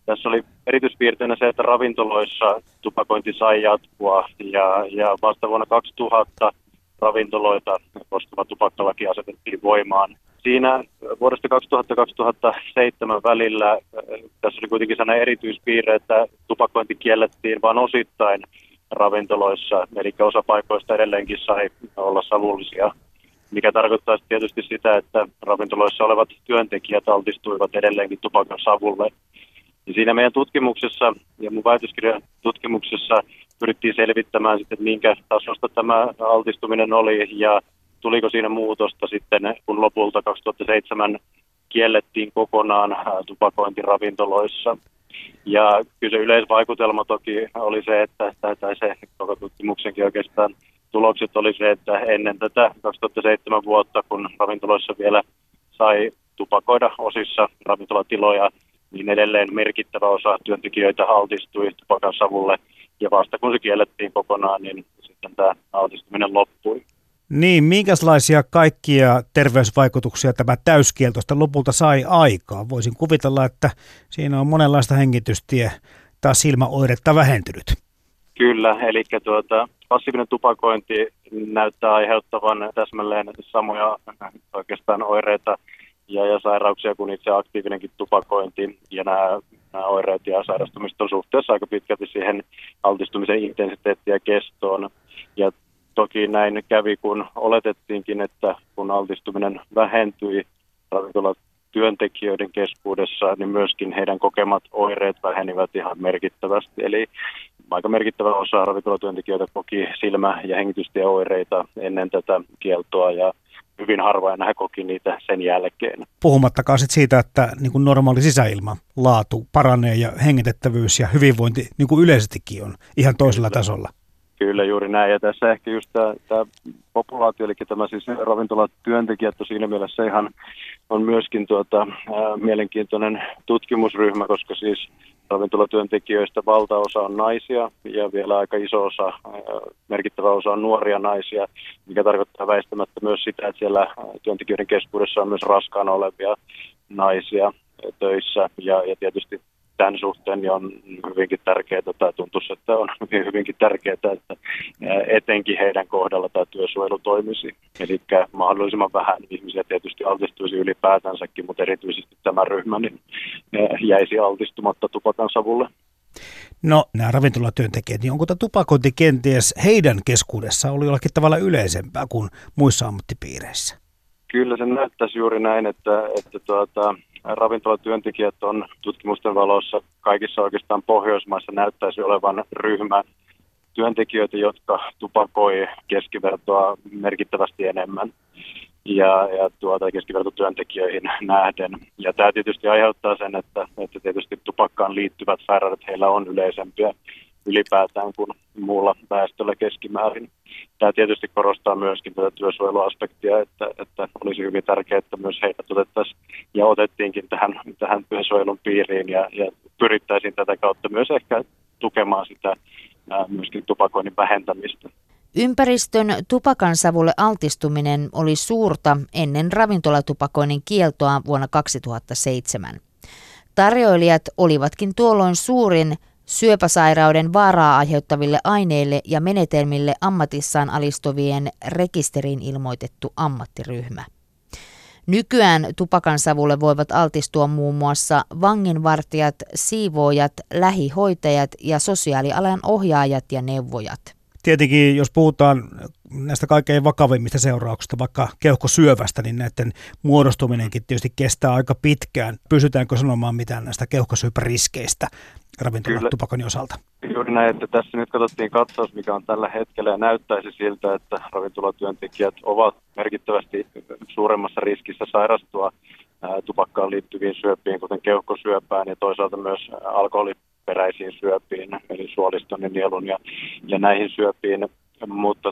Tässä oli erityispiirteinä se, että ravintoloissa tupakointi sai jatkua ja vasta vuonna 2000 ravintoloita koskeva tupakkalaki asetettiin voimaan. Siinä vuodesta 2000-2007 välillä tässä oli kuitenkin sellainen erityispiirre, että tupakointi kiellettiin vain osittain ravintoloissa, eli osa paikoista edelleenkin sai olla savullisia, mikä tarkoittaa tietysti sitä, että ravintoloissa olevat työntekijät altistuivat edelleenkin tupakan savulle. Ja siinä meidän tutkimuksessa ja mun väitöskirjan tutkimuksessa pyrittiin selvittämään sitten, minkä tasosta tämä altistuminen oli ja tuliko siinä muutosta sitten, kun lopulta 2007 kiellettiin kokonaan tupakointi ravintoloissa. Ja kyllä se yleisvaikutelma toki oli se, että se koko tutkimuksenkin oikeastaan tulokset oli se, että ennen tätä 2007 vuotta, kun ravintoloissa vielä sai tupakoida osissa ravintolatiloja, niin edelleen merkittävä osa työntekijöitä altistui tupakan savulle. Ja vasta kun se kiellettiin kokonaan, niin sitten tämä altistuminen loppui. Niin, minkälaisia kaikkia terveysvaikutuksia tämä täyskieltosta lopulta sai aikaan? Voisin kuvitella, että siinä on monenlaista hengitystie- tai silmäoiretta vähentynyt. Kyllä, eli passiivinen tupakointi näyttää aiheuttavan täsmälleen samoja oikeastaan oireita ja sairauksia kuin itse aktiivinenkin tupakointi. Ja nämä oireet ja sairastumiset on suhteessa aika pitkälti siihen altistumisen intensiteettiin ja kestoon. Ja toki näin kävi, kun oletettiinkin, että kun altistuminen vähentyi ravintolatyöntekijöiden keskuudessa, niin myöskin heidän kokemat oireet vähenivät ihan merkittävästi. Eli aika merkittävä osa ravintolatyöntekijöitä koki silmä- ja hengitystieoireita ennen tätä kieltoa ja hyvin harva enää koki niitä sen jälkeen. Puhumattakaan sit siitä, että niin kuin normaali sisäilma, laatu paranee ja hengitettävyys ja hyvinvointi niin kuin yleisestikin on ihan toisella tasolla. Kyllä, juuri näin. Ja tässä ehkä just tämä populaatio, eli tämä siis ravintolatyöntekijät on siinä mielessä ihan on myöskin mielenkiintoinen tutkimusryhmä, koska siis ravintolatyöntekijöistä valtaosa on naisia ja vielä aika iso osa, merkittävä osa on nuoria naisia, mikä tarkoittaa väistämättä myös sitä, että siellä työntekijöiden keskuudessa on myös raskaana olevia naisia töissä ja tietysti tämän suhteen niin on hyvinkin tärkeää, tai tuntuisi, että on hyvinkin tärkeää, että etenkin heidän kohdalla tämä työsuojelu toimisi. Eli mahdollisimman vähän ihmisiä tietysti altistuisi ylipäätänsäkin, mutta erityisesti tämä ryhmä niin jäisi altistumatta tupakan savulle. No, nämä ravintolatyöntekijät, niin onko tämä tupakointi kenties heidän keskuudessaan oli jollakin tavalla yleisempää kuin muissa ammattipiireissä? Kyllä se näyttäisi juuri näin, että ravintolatyöntekijät on tutkimusten valossa kaikissa oikeastaan Pohjoismaissa näyttäisi olevan ryhmä työntekijöitä, jotka tupakoi keskivertoa merkittävästi enemmän ja keskivertotyöntekijöihin nähden. Ja tämä tietysti aiheuttaa sen, että tietysti tupakkaan liittyvät sairaudet heillä on yleisempiä ylipäätään kuin muulla väestöllä keskimäärin. Tämä tietysti korostaa myöskin tätä työsuojeluaspektia, että olisi hyvin tärkeää, että myös heidät otettaisiin ja otettiinkin tähän työsuojelun piiriin ja pyrittäisiin tätä kautta myös ehkä tukemaan sitä myöskin tupakoinnin vähentämistä. Ympäristön tupakansavulle altistuminen oli suurta ennen ravintolatupakoinnin kieltoa vuonna 2007. Tarjoilijat olivatkin tuolloin suurin syöpäsairauden vaaraa aiheuttaville aineille ja menetelmille ammatissaan alistuvien rekisteriin ilmoitettu ammattiryhmä. Nykyään tupakansavulle voivat altistua muun muassa vanginvartijat, siivoojat, lähihoitajat ja sosiaalialan ohjaajat ja neuvojat. Tietenkin, jos puhutaan näistä kaikkein vakavimmista seurauksista, vaikka keuhkosyövästä, niin näiden muodostuminenkin tietysti kestää aika pitkään. Pystytäänkö sanomaan mitään näistä keuhkosyöpäriskeistä ravintolatupakoinnin osalta? Juuri näin, että tässä nyt katsottiin katsaus, mikä on tällä hetkellä, ja näyttäisi siltä, että ravintolatyöntekijät ovat merkittävästi suuremmassa riskissä sairastua tupakkaan liittyviin syöpiin, kuten keuhkosyöpään ja toisaalta myös alkoholiperäisiin syöpiin, eli suoliston ja nielun ja näihin syöpiin. Mutta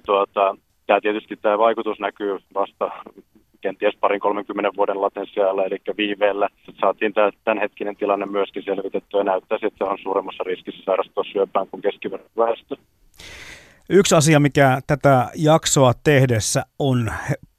tämä vaikutus näkyy vasta kenties 20-30 vuoden latenssiajalla, eli viiveellä. Saatiin tämänhetkinen tilanne myöskin selvitettyä ja näyttäisi, että se on suuremmassa riskissä sairastua syöpään kuin keskivertoväestö. Yksi asia, mikä tätä jaksoa tehdessä on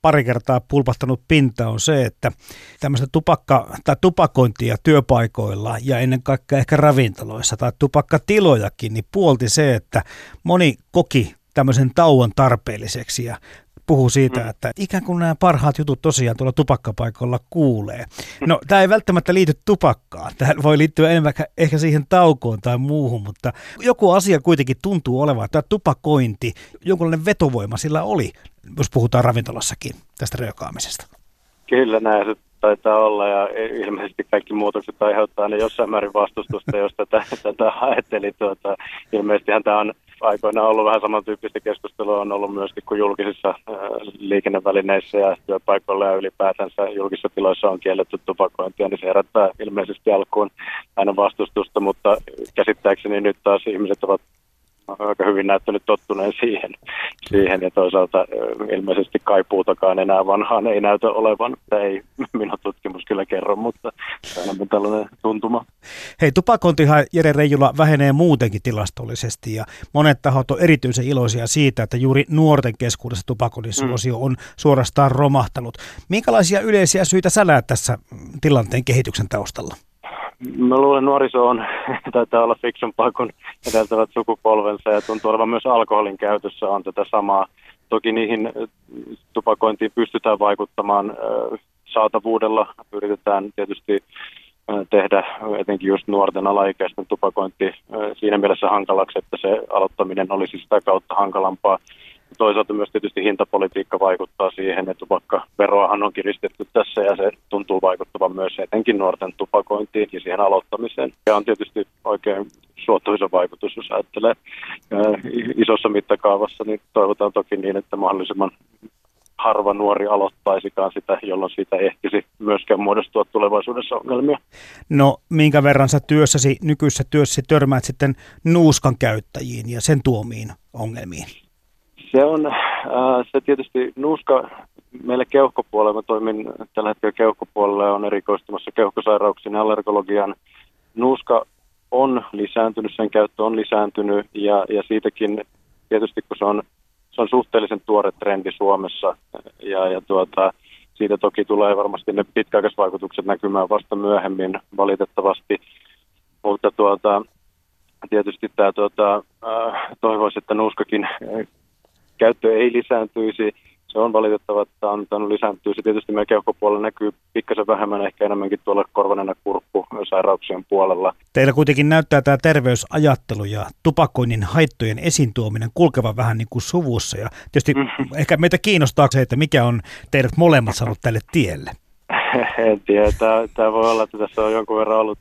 pari kertaa pulpahtanut pinta on se, että tämmöistä tupakointia työpaikoilla ja ennen kaikkea ehkä ravintoloissa tai tupakkatilojakin, niin puolti se, että moni koki tämmöisen tauon tarpeelliseksi ja puhuu siitä, että ikään kuin nämä parhaat jutut tosiaan tuolla tupakkapaikoilla kuulee. No, tämä ei välttämättä liity tupakkaan. Tämä voi liittyä enemmän ehkä siihen taukoon tai muuhun, mutta joku asia kuitenkin tuntuu olevan. Tämä tupakointi, jonkunlainen vetovoima sillä oli, jos puhutaan ravintolassakin tästä röökaamisesta. Kyllä näin se taitaa olla, ja ilmeisesti kaikki muutokset aiheuttaa ne jossain määrin vastustusta, jos tätä ajatteli. Ilmeisestihän tämä on aikoinaan ollut vähän samantyyppistä keskustelua, on ollut myöskin kuin julkisissa liikennevälineissä ja työpaikoilla ja ylipäätänsä julkisissa tiloissa on kielletty tupakointia, niin se herättää ilmeisesti alkuun aina vastustusta, mutta käsittääkseni nyt taas ihmiset ovat aika hyvin näyttänyt tottuneen siihen ja toisaalta ilmeisesti kaipuutakaan enää vanhaan ei näytä olevan. Tämä ei minun tutkimus kyllä kerro, mutta tämä on tällainen tuntuma. Hei, tupakointihan, Jere Reijula, vähenee muutenkin tilastollisesti ja monet tahot on erityisen iloisia siitä, että juuri nuorten keskuudessa tupakoinnin suosio on suorastaan romahtanut. Minkälaisia yleisiä syitä sä näet tässä tilanteen kehityksen taustalla? Mä luulen, nuoriso taitaa olla fiksumpaa kuin edeltävät sukupolvensa ja tuntuu olevan myös alkoholin käytössä on tätä samaa. Toki niihin tupakointiin pystytään vaikuttamaan saatavuudella. Yritetään tietysti tehdä etenkin just nuorten alaikäisten tupakointi siinä mielessä hankalaksi, että se aloittaminen olisi sitä kautta hankalampaa. Toisaalta myös tietysti hintapolitiikka vaikuttaa siihen, että tupakkaveroahan on kiristetty tässä ja se tuntuu vaikuttavan myös etenkin nuorten tupakointiin ja siihen aloittamiseen. Ja on tietysti oikein suotuisa vaikutus, jos ajattelee isossa mittakaavassa, niin toivotaan toki niin, että mahdollisimman harva nuori aloittaisikaan sitä, jolloin siitä ehtisi myöskään muodostua tulevaisuudessa ongelmia. No, minkä verran sä nykyisessä työssäsi törmäät sitten nuuskan käyttäjiin ja sen tuomiin ongelmiin? Se tietysti nuuska meille keuhkopuolella, mä toimin tällä hetkellä keuhkopuolella ja on erikoistumassa keuhkosairauksiin ja allergologian. Nuuska on lisääntynyt, sen käyttö on lisääntynyt ja siitäkin tietysti kun se on suhteellisen tuore trendi Suomessa ja siitä toki tulee varmasti ne pitkäaikaisvaikutukset näkymään vasta myöhemmin valitettavasti, mutta tietysti tämä toivoisi, että nuuskakin käyttö ei lisääntyisi. Se on valitettava, että on lisääntyisi. Tietysti meidän keuhkopuolella näkyy pikkasen vähemmän, ehkä enemmänkin tuolla korvanenä kurkkusairauksien puolella. Teillä kuitenkin näyttää tämä terveysajattelu ja tupakoinnin haittojen esiin tuominen kulkevan vähän niin kuin suvussa. Ja tietysti ehkä meitä kiinnostaa se, että mikä on teidät molemmat saanut tälle tielle. En tiedä. Tämä voi olla, että tässä on jonkun verran ollut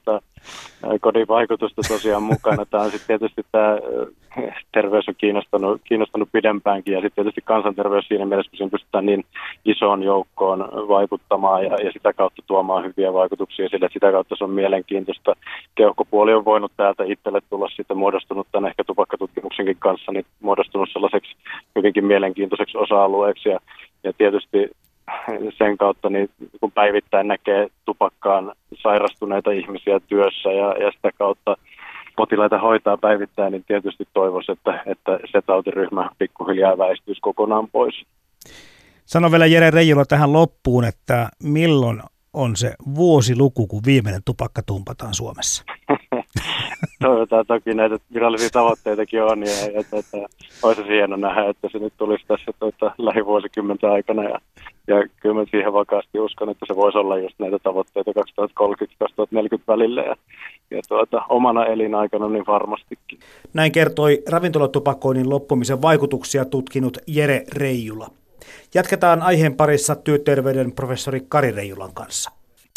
kodin vaikutusta tosiaan mukana. Tämä on sitten tietysti tämä terveys on kiinnostanut pidempäänkin ja sitten tietysti kansanterveys siinä mielessä, kun siinä pystytään niin isoon joukkoon vaikuttamaan ja sitä kautta tuomaan hyviä vaikutuksia sille, että sitä kautta se on mielenkiintoista. Keuhkopuoli on voinut täältä itselle tulla sitten muodostunut tämän ehkä tupakkatutkimuksenkin kanssa, niin muodostunut sellaiseksi hyvinkin mielenkiintoiseksi osa-alueeksi ja tietysti sen kautta, niin kun päivittäin näkee tupakkaan sairastuneita ihmisiä työssä ja sitä kautta potilaita hoitaa päivittäin, niin tietysti toivoisi, että se tautiryhmä pikkuhiljaa väistyisi kokonaan pois. Sano vielä Jere Reijula tähän loppuun, että milloin on se vuosiluku, kun viimeinen tupakka tumpataan Suomessa? Toivotaan toki näitä virallisia tavoitteitakin on ja olisi hieno nähdä, että se nyt tulisi tässä lähivuosikymmenten aikana ja kyllä mä siihen vakaasti uskon, että se voisi olla just näitä tavoitteita 2030-2040 välillä ja omana elinaikana niin varmastikin. Näin kertoi ravintolatupakoinnin loppumisen vaikutuksia tutkinut Jere Reijula. Jatketaan aiheen parissa työterveyden professori Kari Reijulan kanssa.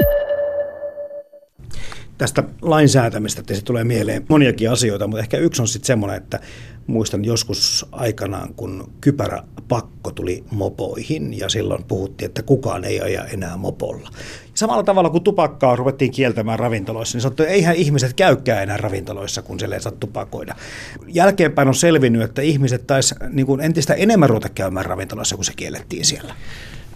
Tästä lainsäätämistä se tulee mieleen moniakin asioita, mutta ehkä yksi on sitten semmoinen, että muistan joskus aikanaan, kun kypäräpakko tuli mopoihin ja silloin puhuttiin, että kukaan ei aja enää mopolla. Samalla tavalla kuin tupakkaa ruvettiin kieltämään ravintoloissa, niin sanottiin, että eihän ihmiset käykään enää ravintoloissa, kun siellä ei saa tupakoida. Jälkeenpäin on selvinnyt, että ihmiset taisi niin kuin entistä enemmän ruveta käymään ravintoloissa, kun se kiellettiin siellä.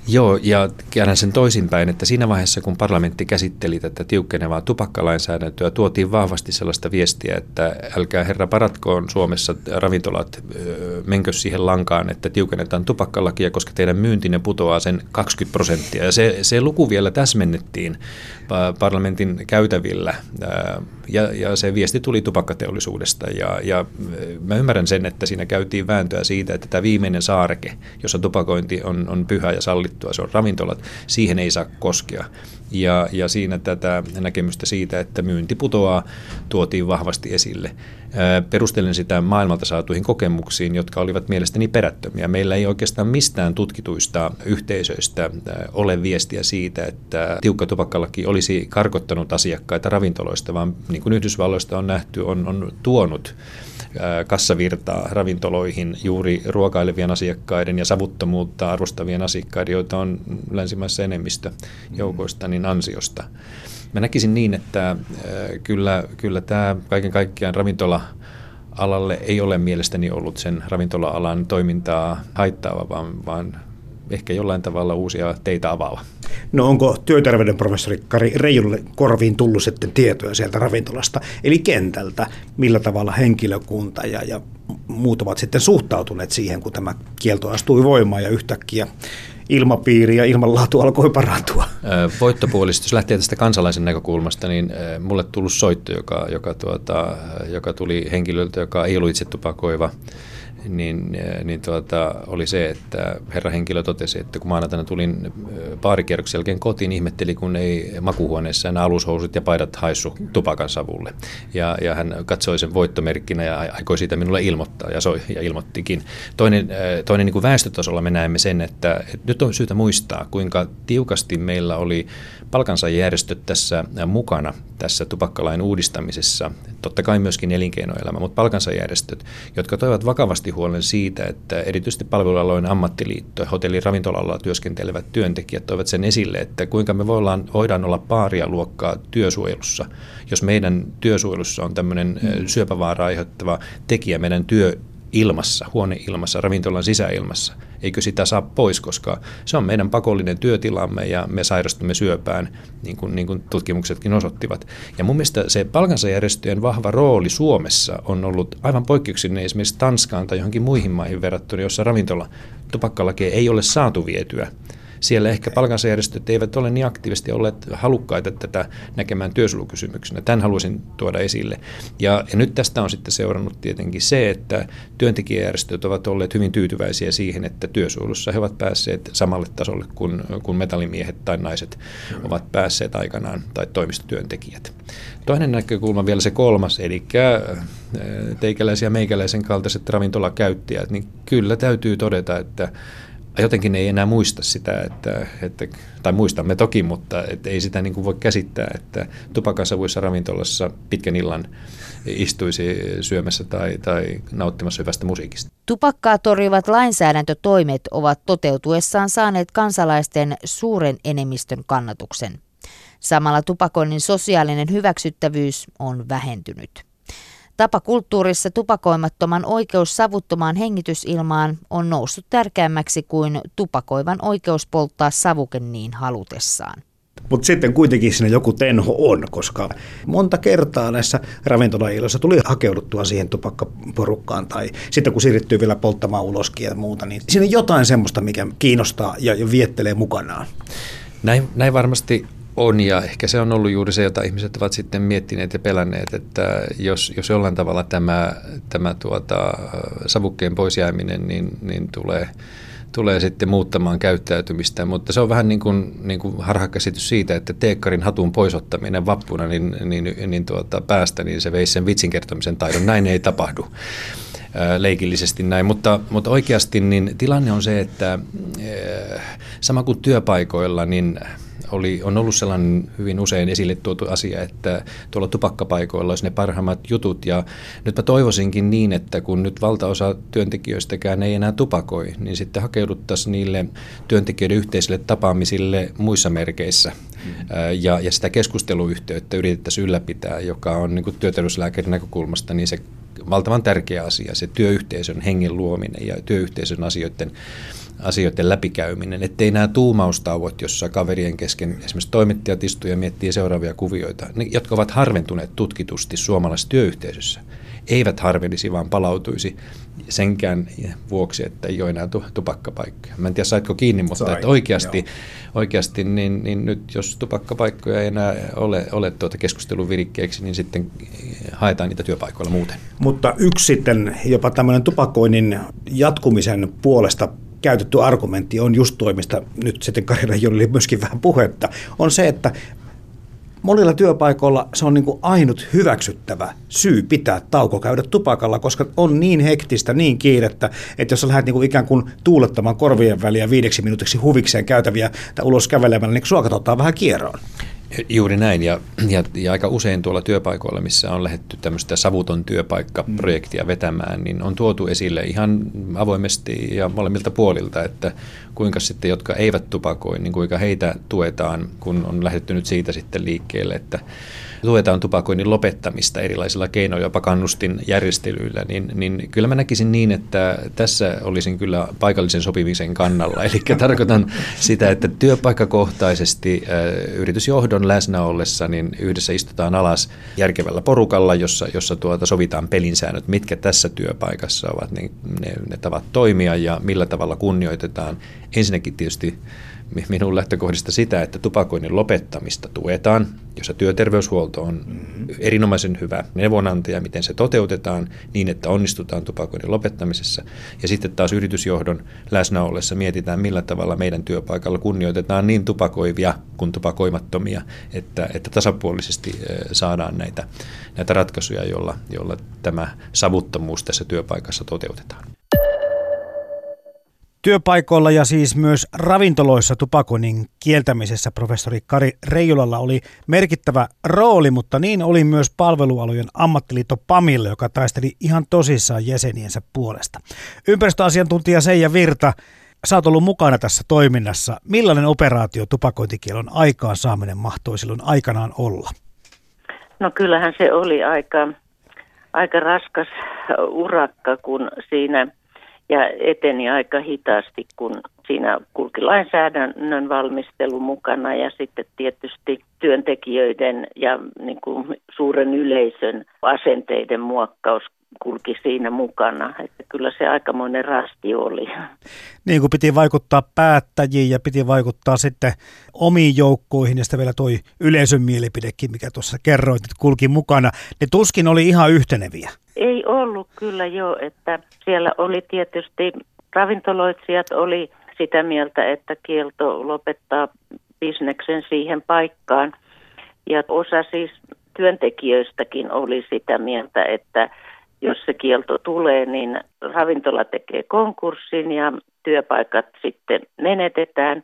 Joo, ja käännän sen toisinpäin, että siinä vaiheessa, kun parlamentti käsitteli tätä tiukkenevaa tupakkalainsäädäntöä, tuotiin vahvasti sellaista viestiä, että älkää herra paratkoon Suomessa ravintolat, menkö siihen lankaan, että tiukennetaan tupakkalakia, koska teidän myyntinne putoaa sen 20%. Ja se luku vielä täsmennettiin parlamentin käytävillä, ja se viesti tuli tupakkateollisuudesta. Ja mä ymmärrän sen, että siinä käytiin vääntöä siitä, että tämä viimeinen saareke, jossa tupakointi on pyhä ja sallittua, se on ravintolat, siihen ei saa koskea. Ja siinä tätä näkemystä siitä, että myynti putoaa, tuotiin vahvasti esille. Perustelen sitä maailmalta saatuihin kokemuksiin, jotka olivat mielestäni perättömiä. Meillä ei oikeastaan mistään tutkituista yhteisöistä ole viestiä siitä, että tiukka tupakkalaki olisi karkottanut asiakkaita ravintoloista, vaan niin kuin Yhdysvalloista on nähty, on tuonut kassavirtaa ravintoloihin juuri ruokailevien asiakkaiden ja savuttomuutta arvostavien asiakkaiden, joita on länsimaissa enemmistö joukoista, niin ansiosta. Mä näkisin niin, että kyllä tämä kaiken kaikkiaan ravintola-alalle ei ole mielestäni ollut sen ravintola-alan toimintaa haittaava, vaan ehkä jollain tavalla uusia teitä avaava. No onko työterveyden professori Kari Reijolle korviin tullut sitten tietoja sieltä ravintolasta, eli kentältä, millä tavalla henkilökunta ja muut ovat sitten suhtautuneet siihen, kun tämä kielto astui voimaan ja yhtäkkiä ilmapiiri ja ilmanlaatu alkoi parantua? Voittopuolisesti, jos lähtee tästä kansalaisen näkökulmasta, niin mulle tullut soitto, joka tuli henkilöltä, joka ei ollut itse tupakoiva, oli se, että herra henkilö totesi, että kun maanantaina tulin baarikierroksen jälkeen kotiin, ihmetteli, kun ei makuuhuoneessa enää alushousut ja paidat haissu tupakan savulle. Ja hän katsoi sen voittomerkkinä ja aikoi siitä minulle ilmoittaa ja ilmoittikin. Toinen niin kuin väestötasolla me näemme sen, että nyt on syytä muistaa, kuinka tiukasti meillä oli palkansaajajärjestöt tässä mukana tässä tupakkalain uudistamisessa. Totta kai myöskin elinkeinoelämä, mutta palkansaajajärjestöt, jotka toivat vakavasti huolen siitä, että erityisesti palvelualojen ammattiliitto ja hotelli- ja ravintola-alalla työskentelevät työntekijät toivat sen esille, että kuinka me voidaan olla paaria luokkaa työsuojelussa, jos meidän työsuojelussa on tämmöinen syöpävaaraa aiheuttava tekijä meidän työilmassa, huoneilmassa, ravintolan sisäilmassa. Eikö sitä saa pois, koska se on meidän pakollinen työtilamme ja me sairastumme syöpään, niin kuin tutkimuksetkin osoittivat. Ja mun mielestä se palkansaajajärjestöjen vahva rooli Suomessa on ollut aivan poikkeuksellinen esimerkiksi Tanskaan tai johonkin muihin maihin verrattuna, jossa tupakkalakia ei ole saatu vietyä. Siellä ehkä palkansaajajärjestöt eivät ole niin aktiivisesti olleet halukkaita tätä näkemään työsuojelukysymyksenä. Tämän haluaisin tuoda esille. Ja nyt tästä on sitten seurannut tietenkin se, että työntekijäjärjestöt ovat olleet hyvin tyytyväisiä siihen, että työsuojelussa he ovat päässeet samalle tasolle kuin metallimiehet tai naiset ovat päässeet aikanaan tai toimistotyöntekijät. Toinen näkökulma vielä se kolmas, eli teikäläisen ja meikäläisen kaltaiset ravintolakäyttäjät, niin kyllä täytyy todeta, että jotenkin ei enää muista sitä, tai muistamme toki, mutta ei sitä niin kuin voi käsittää, että tupakansavuissa ravintolassa pitkän illan istuisi syömässä tai nauttimassa hyvästä musiikista. Tupakkaa torjuvat lainsäädäntötoimet ovat toteutuessaan saaneet kansalaisten suuren enemmistön kannatuksen. Samalla tupakoinnin sosiaalinen hyväksyttävyys on vähentynyt. Tapakulttuurissa tupakoimattoman oikeus savuttomaan hengitysilmaan on noussut tärkeämmäksi kuin tupakoivan oikeus polttaa savuke niin halutessaan. Mutta sitten kuitenkin siinä joku tenho on, koska monta kertaa näissä ravintolailloissa tuli hakeuduttua siihen tupakkaporukkaan tai sitten kun siirryttyy vielä polttamaan uloskin ja muuta, niin siinä on jotain semmoista, mikä kiinnostaa ja viettelee mukanaan. Näin varmasti on, ja ehkä se on ollut juuri se, jota ihmiset ovat sitten miettineet ja pelänneet, että jos jollain tavalla tämä savukkeen poisjääminen niin tulee sitten muuttamaan käyttäytymistä, mutta se on vähän niin kuin harhakäsitys siitä, että teekkarin hatun poisottaminen vappuna päästä, niin se veisi sen vitsin kertomisen taidon. Näin ei tapahdu leikillisesti näin, mutta oikeasti niin tilanne on se, että sama kuin työpaikoilla, niin on ollut sellainen hyvin usein esille tuotu asia, että tuolla tupakkapaikoilla olisi ne parhaimmat jutut. Ja nyt mä toivoisinkin niin, että kun nyt valtaosa työntekijöistäkään ei enää tupakoi, niin sitten hakeuduttaisiin niille työntekijöiden yhteisille tapaamisille muissa merkeissä. Ja sitä keskusteluyhteyttä yritettäisiin ylläpitää, joka on niin kuin työterveyslääkärin näkökulmasta niin se valtavan tärkeä asia, se työyhteisön hengen luominen ja työyhteisön asioiden läpikäyminen, ettei nämä tuumaustauot, jossa kaverien kesken esimerkiksi toimittajat istuu ja miettii seuraavia kuvioita, ne, jotka ovat harventuneet tutkitusti suomalaisessa työyhteisössä, eivät harvenisi, vaan palautuisi senkään vuoksi, että ei ole enää tupakkapaikkoja. Mä en tiedä, saitko kiinni, mutta että oikeasti niin nyt jos tupakkapaikkoja ei enää ole keskustelun virikkeeksi, niin sitten haetaan niitä työpaikoilla muuten. Mutta yksi sitten jopa tämmöinen tupakoinnin jatkumisen puolesta käytetty argumentti on just toimista, nyt sitten Karina, jolla oli myöskin vähän puhetta, on se, että monilla työpaikoilla se on niin kuin ainut hyväksyttävä syy pitää tauko käydä tupakalla, koska on niin hektistä, niin kiirettä, että jos sä lähdet niin kuin ikään kuin tuulettamaan korvien väliä 5 minuutiksi huvikseen käytäviä tai ulos kävelemällä, niin sua katsotaan vähän kieroon. Juuri näin, ja aika usein tuolla työpaikoilla, missä on lähdetty tämmöistä savuton työpaikkaprojektia vetämään, niin on tuotu esille ihan avoimesti ja molemmilta puolilta, että kuinka sitten, jotka eivät tupakoi, niin kuinka heitä tuetaan, kun on lähdetty nyt siitä sitten liikkeelle, että tuetaan tupakoinnin lopettamista erilaisilla keinoilla, jopa kannustinjärjestelyillä, niin kyllä mä näkisin niin, että tässä olisin kyllä paikallisen sopimisen kannalla. Eli tarkoitan sitä, että työpaikkakohtaisesti yritysjohdon läsnä ollessa niin yhdessä istutaan alas järkevällä porukalla, jossa sovitaan pelinsäännöt, mitkä tässä työpaikassa ovat ne tavat toimia ja millä tavalla kunnioitetaan. Ensinnäkin tietysti minun lähtökohdista sitä, että tupakoinnin lopettamista tuetaan, jossa työterveyshuolto on erinomaisen hyvä neuvonantaja, miten se toteutetaan niin, että onnistutaan tupakoinnin lopettamisessa. Ja sitten taas yritysjohdon läsnä ollessa mietitään, millä tavalla meidän työpaikalla kunnioitetaan niin tupakoivia kuin tupakoimattomia, että tasapuolisesti saadaan näitä ratkaisuja, joilla tämä savuttomuus tässä työpaikassa toteutetaan. Työpaikoilla ja siis myös ravintoloissa tupakoinnin kieltämisessä professori Kari Reijolalla oli merkittävä rooli, mutta niin oli myös palvelualojen ammattiliitto PAMilla, joka taisteli ihan tosissaan jäseniensä puolesta. Ympäristöasiantuntija Seija Virta, sä oot ollut mukana tässä toiminnassa. Millainen operaatio tupakointikielon aikaan saaminen mahtoi silloin aikanaan olla? No kyllähän se oli aika raskas urakka, kun siinä ja eteni aika hitaasti, kun siinä kulki lainsäädännön valmistelu mukana ja sitten tietysti työntekijöiden ja niin kuin suuren yleisön asenteiden muokkaus kulki siinä mukana. Että kyllä se aikamoinen rasti oli. Niin kuin piti vaikuttaa päättäjiin ja piti vaikuttaa sitten omiin joukkoihin ja sitten vielä toi yleisön mielipidekin, mikä tuossa kerroit, että kulki mukana. Ne tuskin oli ihan yhteneviä. Ei ollut kyllä jo, että siellä oli tietysti ravintoloitsijat oli sitä mieltä, että kielto lopettaa bisneksen siihen paikkaan. Ja osa siis työntekijöistäkin oli sitä mieltä, että jos se kielto tulee, niin ravintola tekee konkurssin ja työpaikat sitten menetetään.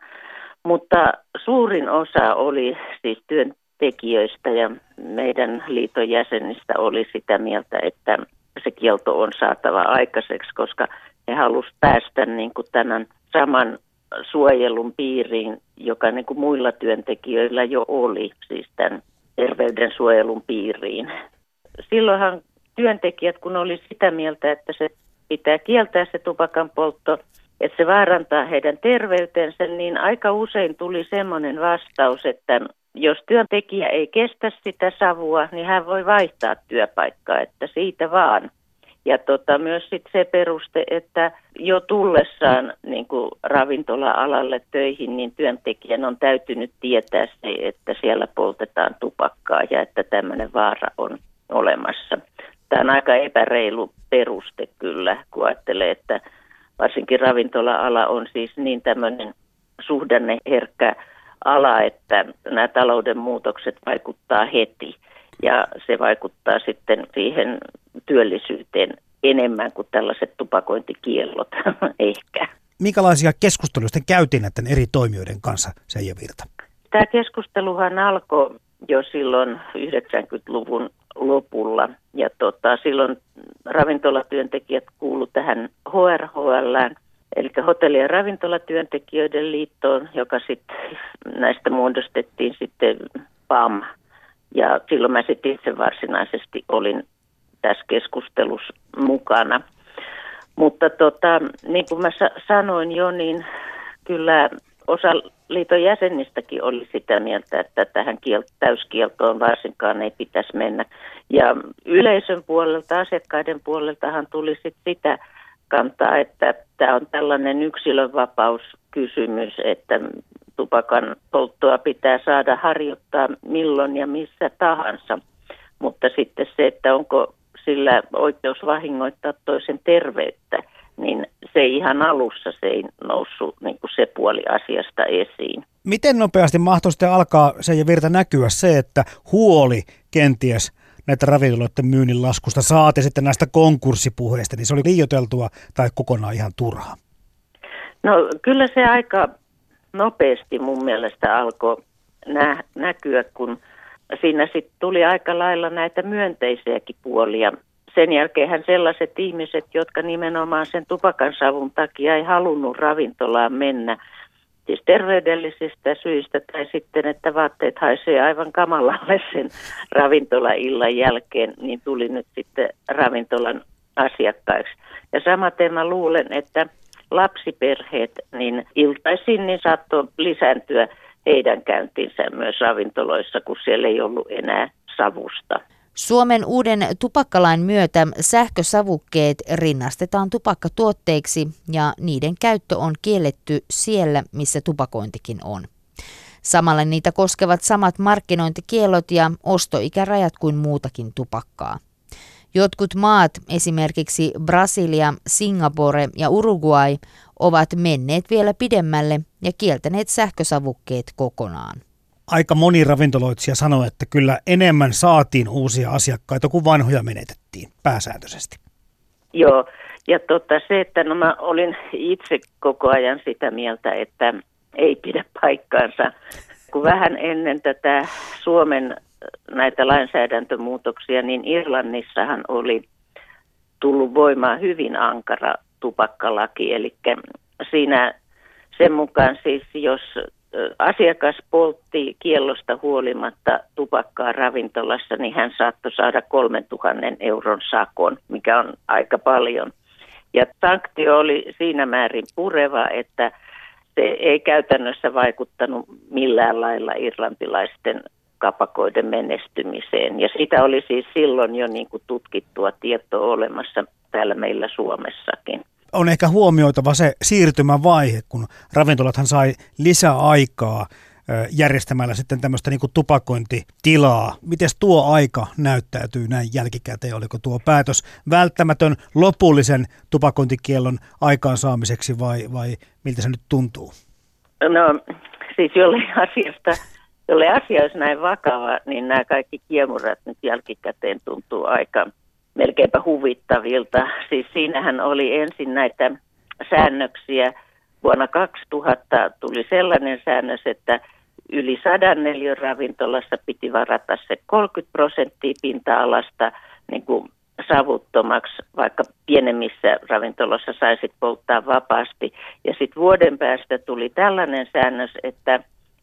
Mutta suurin osa oli siis työntekijöistä ja meidän liiton jäsenistä oli sitä mieltä, että se kielto on saatava aikaiseksi, koska he halusivat päästä niin kuin tämän saman suojelun piiriin, joka niin kuin muilla työntekijöillä jo oli, siis tämän terveydensuojelun piiriin. Silloinhan työntekijät, kun oli sitä mieltä, että se pitää kieltää se tupakan poltto, että se vaarantaa heidän terveytensä, niin aika usein tuli semmoinen vastaus, että jos työntekijä ei kestä sitä savua, niin hän voi vaihtaa työpaikkaa, että siitä vaan. Ja myös sit se peruste, että jo tullessaan niin kuin ravintola-alalle töihin, niin työntekijän on täytynyt tietää se, että siellä poltetaan tupakkaa ja että tämmöinen vaara on olemassa. Tämä on aika epäreilu peruste kyllä, kun ajattelee, että varsinkin ravintola-ala on siis niin tämmöinen suhdanneherkkä ala, että nämä talouden muutokset vaikuttaa heti ja se vaikuttaa sitten siihen työllisyyteen enemmän kuin tällaiset tupakointikiellot ehkä. Minkälaisia keskusteluja sitten käytiin näiden eri toimijoiden kanssa, Seija Virta? Tämä keskusteluhan alkoi jo silloin 90-luvun lopulla ja silloin ravintolatyöntekijät kuului tähän HRHL:ään, eli hotelli- ja ravintolatyöntekijöiden liittoon, joka sitten näistä muodostettiin sitten PAM. Ja silloin mä sitten itse varsinaisesti olin tässä keskustelussa mukana. Mutta niin kuin mä sanoin jo, niin kyllä osa liiton jäsenistäkin oli sitä mieltä, että tähän täyskieltoon varsinkaan ei pitäisi mennä. Ja yleisön puolelta, asiakkaiden puoleltahan tuli sitä kantaa, että tämä on tällainen yksilönvapauskysymys, että tupakan polttoa pitää saada harjoittaa milloin ja missä tahansa. Mutta sitten se, että onko sillä oikeus vahingoittaa toisen terveyttä, niin se ihan alussa se ei noussut niin kuin se puoli asiasta esiin. Miten nopeasti mahtoi sitten alkaa Seija Virta näkyä se, että huoli kenties näitä ravintoloiden myynnin laskusta saati sitten näistä konkurssipuheista, niin se oli liioiteltua tai kokonaan ihan turhaa? No kyllä se aika nopeasti mun mielestä alkoi näkyä, kun siinä sitten tuli aika lailla näitä myönteisiäkin puolia. Sen jälkeenhän sellaiset ihmiset, jotka nimenomaan sen tupakansavun takia ei halunnut ravintolaan mennä, siis terveydellisistä syistä tai sitten, että vaatteet haisee aivan kamalalle sen ravintolaillan jälkeen, niin tuli nyt sitten ravintolan asiakkaiksi. Ja samaten mä luulen, että lapsiperheet niin iltaisin niin saattoi lisääntyä heidän käyntinsä myös ravintoloissa, kun siellä ei ollut enää savusta. Suomen uuden tupakkalain myötä sähkösavukkeet rinnastetaan tupakkatuotteiksi ja niiden käyttö on kielletty siellä, missä tupakointikin on. Samalla niitä koskevat samat markkinointikiellot ja ostoikärajat kuin muutakin tupakkaa. Jotkut maat, esimerkiksi Brasilia, Singapore ja Uruguay, ovat menneet vielä pidemmälle ja kieltäneet sähkösavukkeet kokonaan. Aika moni ravintoloitsija sanoi, että kyllä enemmän saatiin uusia asiakkaita kuin vanhoja menetettiin pääsääntöisesti. Joo, ja se, että mä olin itse koko ajan sitä mieltä, että ei pidä paikkaansa. Kun vähän ennen tätä Suomen näitä lainsäädäntömuutoksia, niin Irlannissahan oli tullut voimaan hyvin ankara tupakkalaki. Eli siinä sen mukaan siis, jos asiakas poltti kiellosta huolimatta tupakkaa ravintolassa, niin hän saattoi saada 3 000 euron sakon, mikä on aika paljon. Ja sanktio oli siinä määrin pureva, että se ei käytännössä vaikuttanut millään lailla irlantilaisten kapakoiden menestymiseen. Ja sitä oli siis silloin jo niin kuin tutkittua tietoa olemassa täällä meillä Suomessakin. On ehkä huomioitava se siirtymävaihe, kun ravintolathan sai lisää aikaa järjestämällä sitten tämmöistä niin kuin tupakointitilaa. Mites tuo aika näyttäytyy näin jälkikäteen? Oliko tuo päätös välttämätön lopullisen tupakointikiellon aikaansaamiseksi vai miltä se nyt tuntuu? No siis jollei asia olisi näin vakava, niin nämä kaikki kiemurat nyt jälkikäteen tuntuu aika melkeinpä huvittavilta. Siis siinähän oli ensin näitä säännöksiä. Vuonna 2000 tuli sellainen säännös, että yli 100 neliön ravintolassa piti varata se 30% pinta-alasta niin kuin savuttomaksi, vaikka pienemmissä ravintolassa saisit polttaa vapaasti. Ja sitten vuoden päästä tuli tällainen säännös, että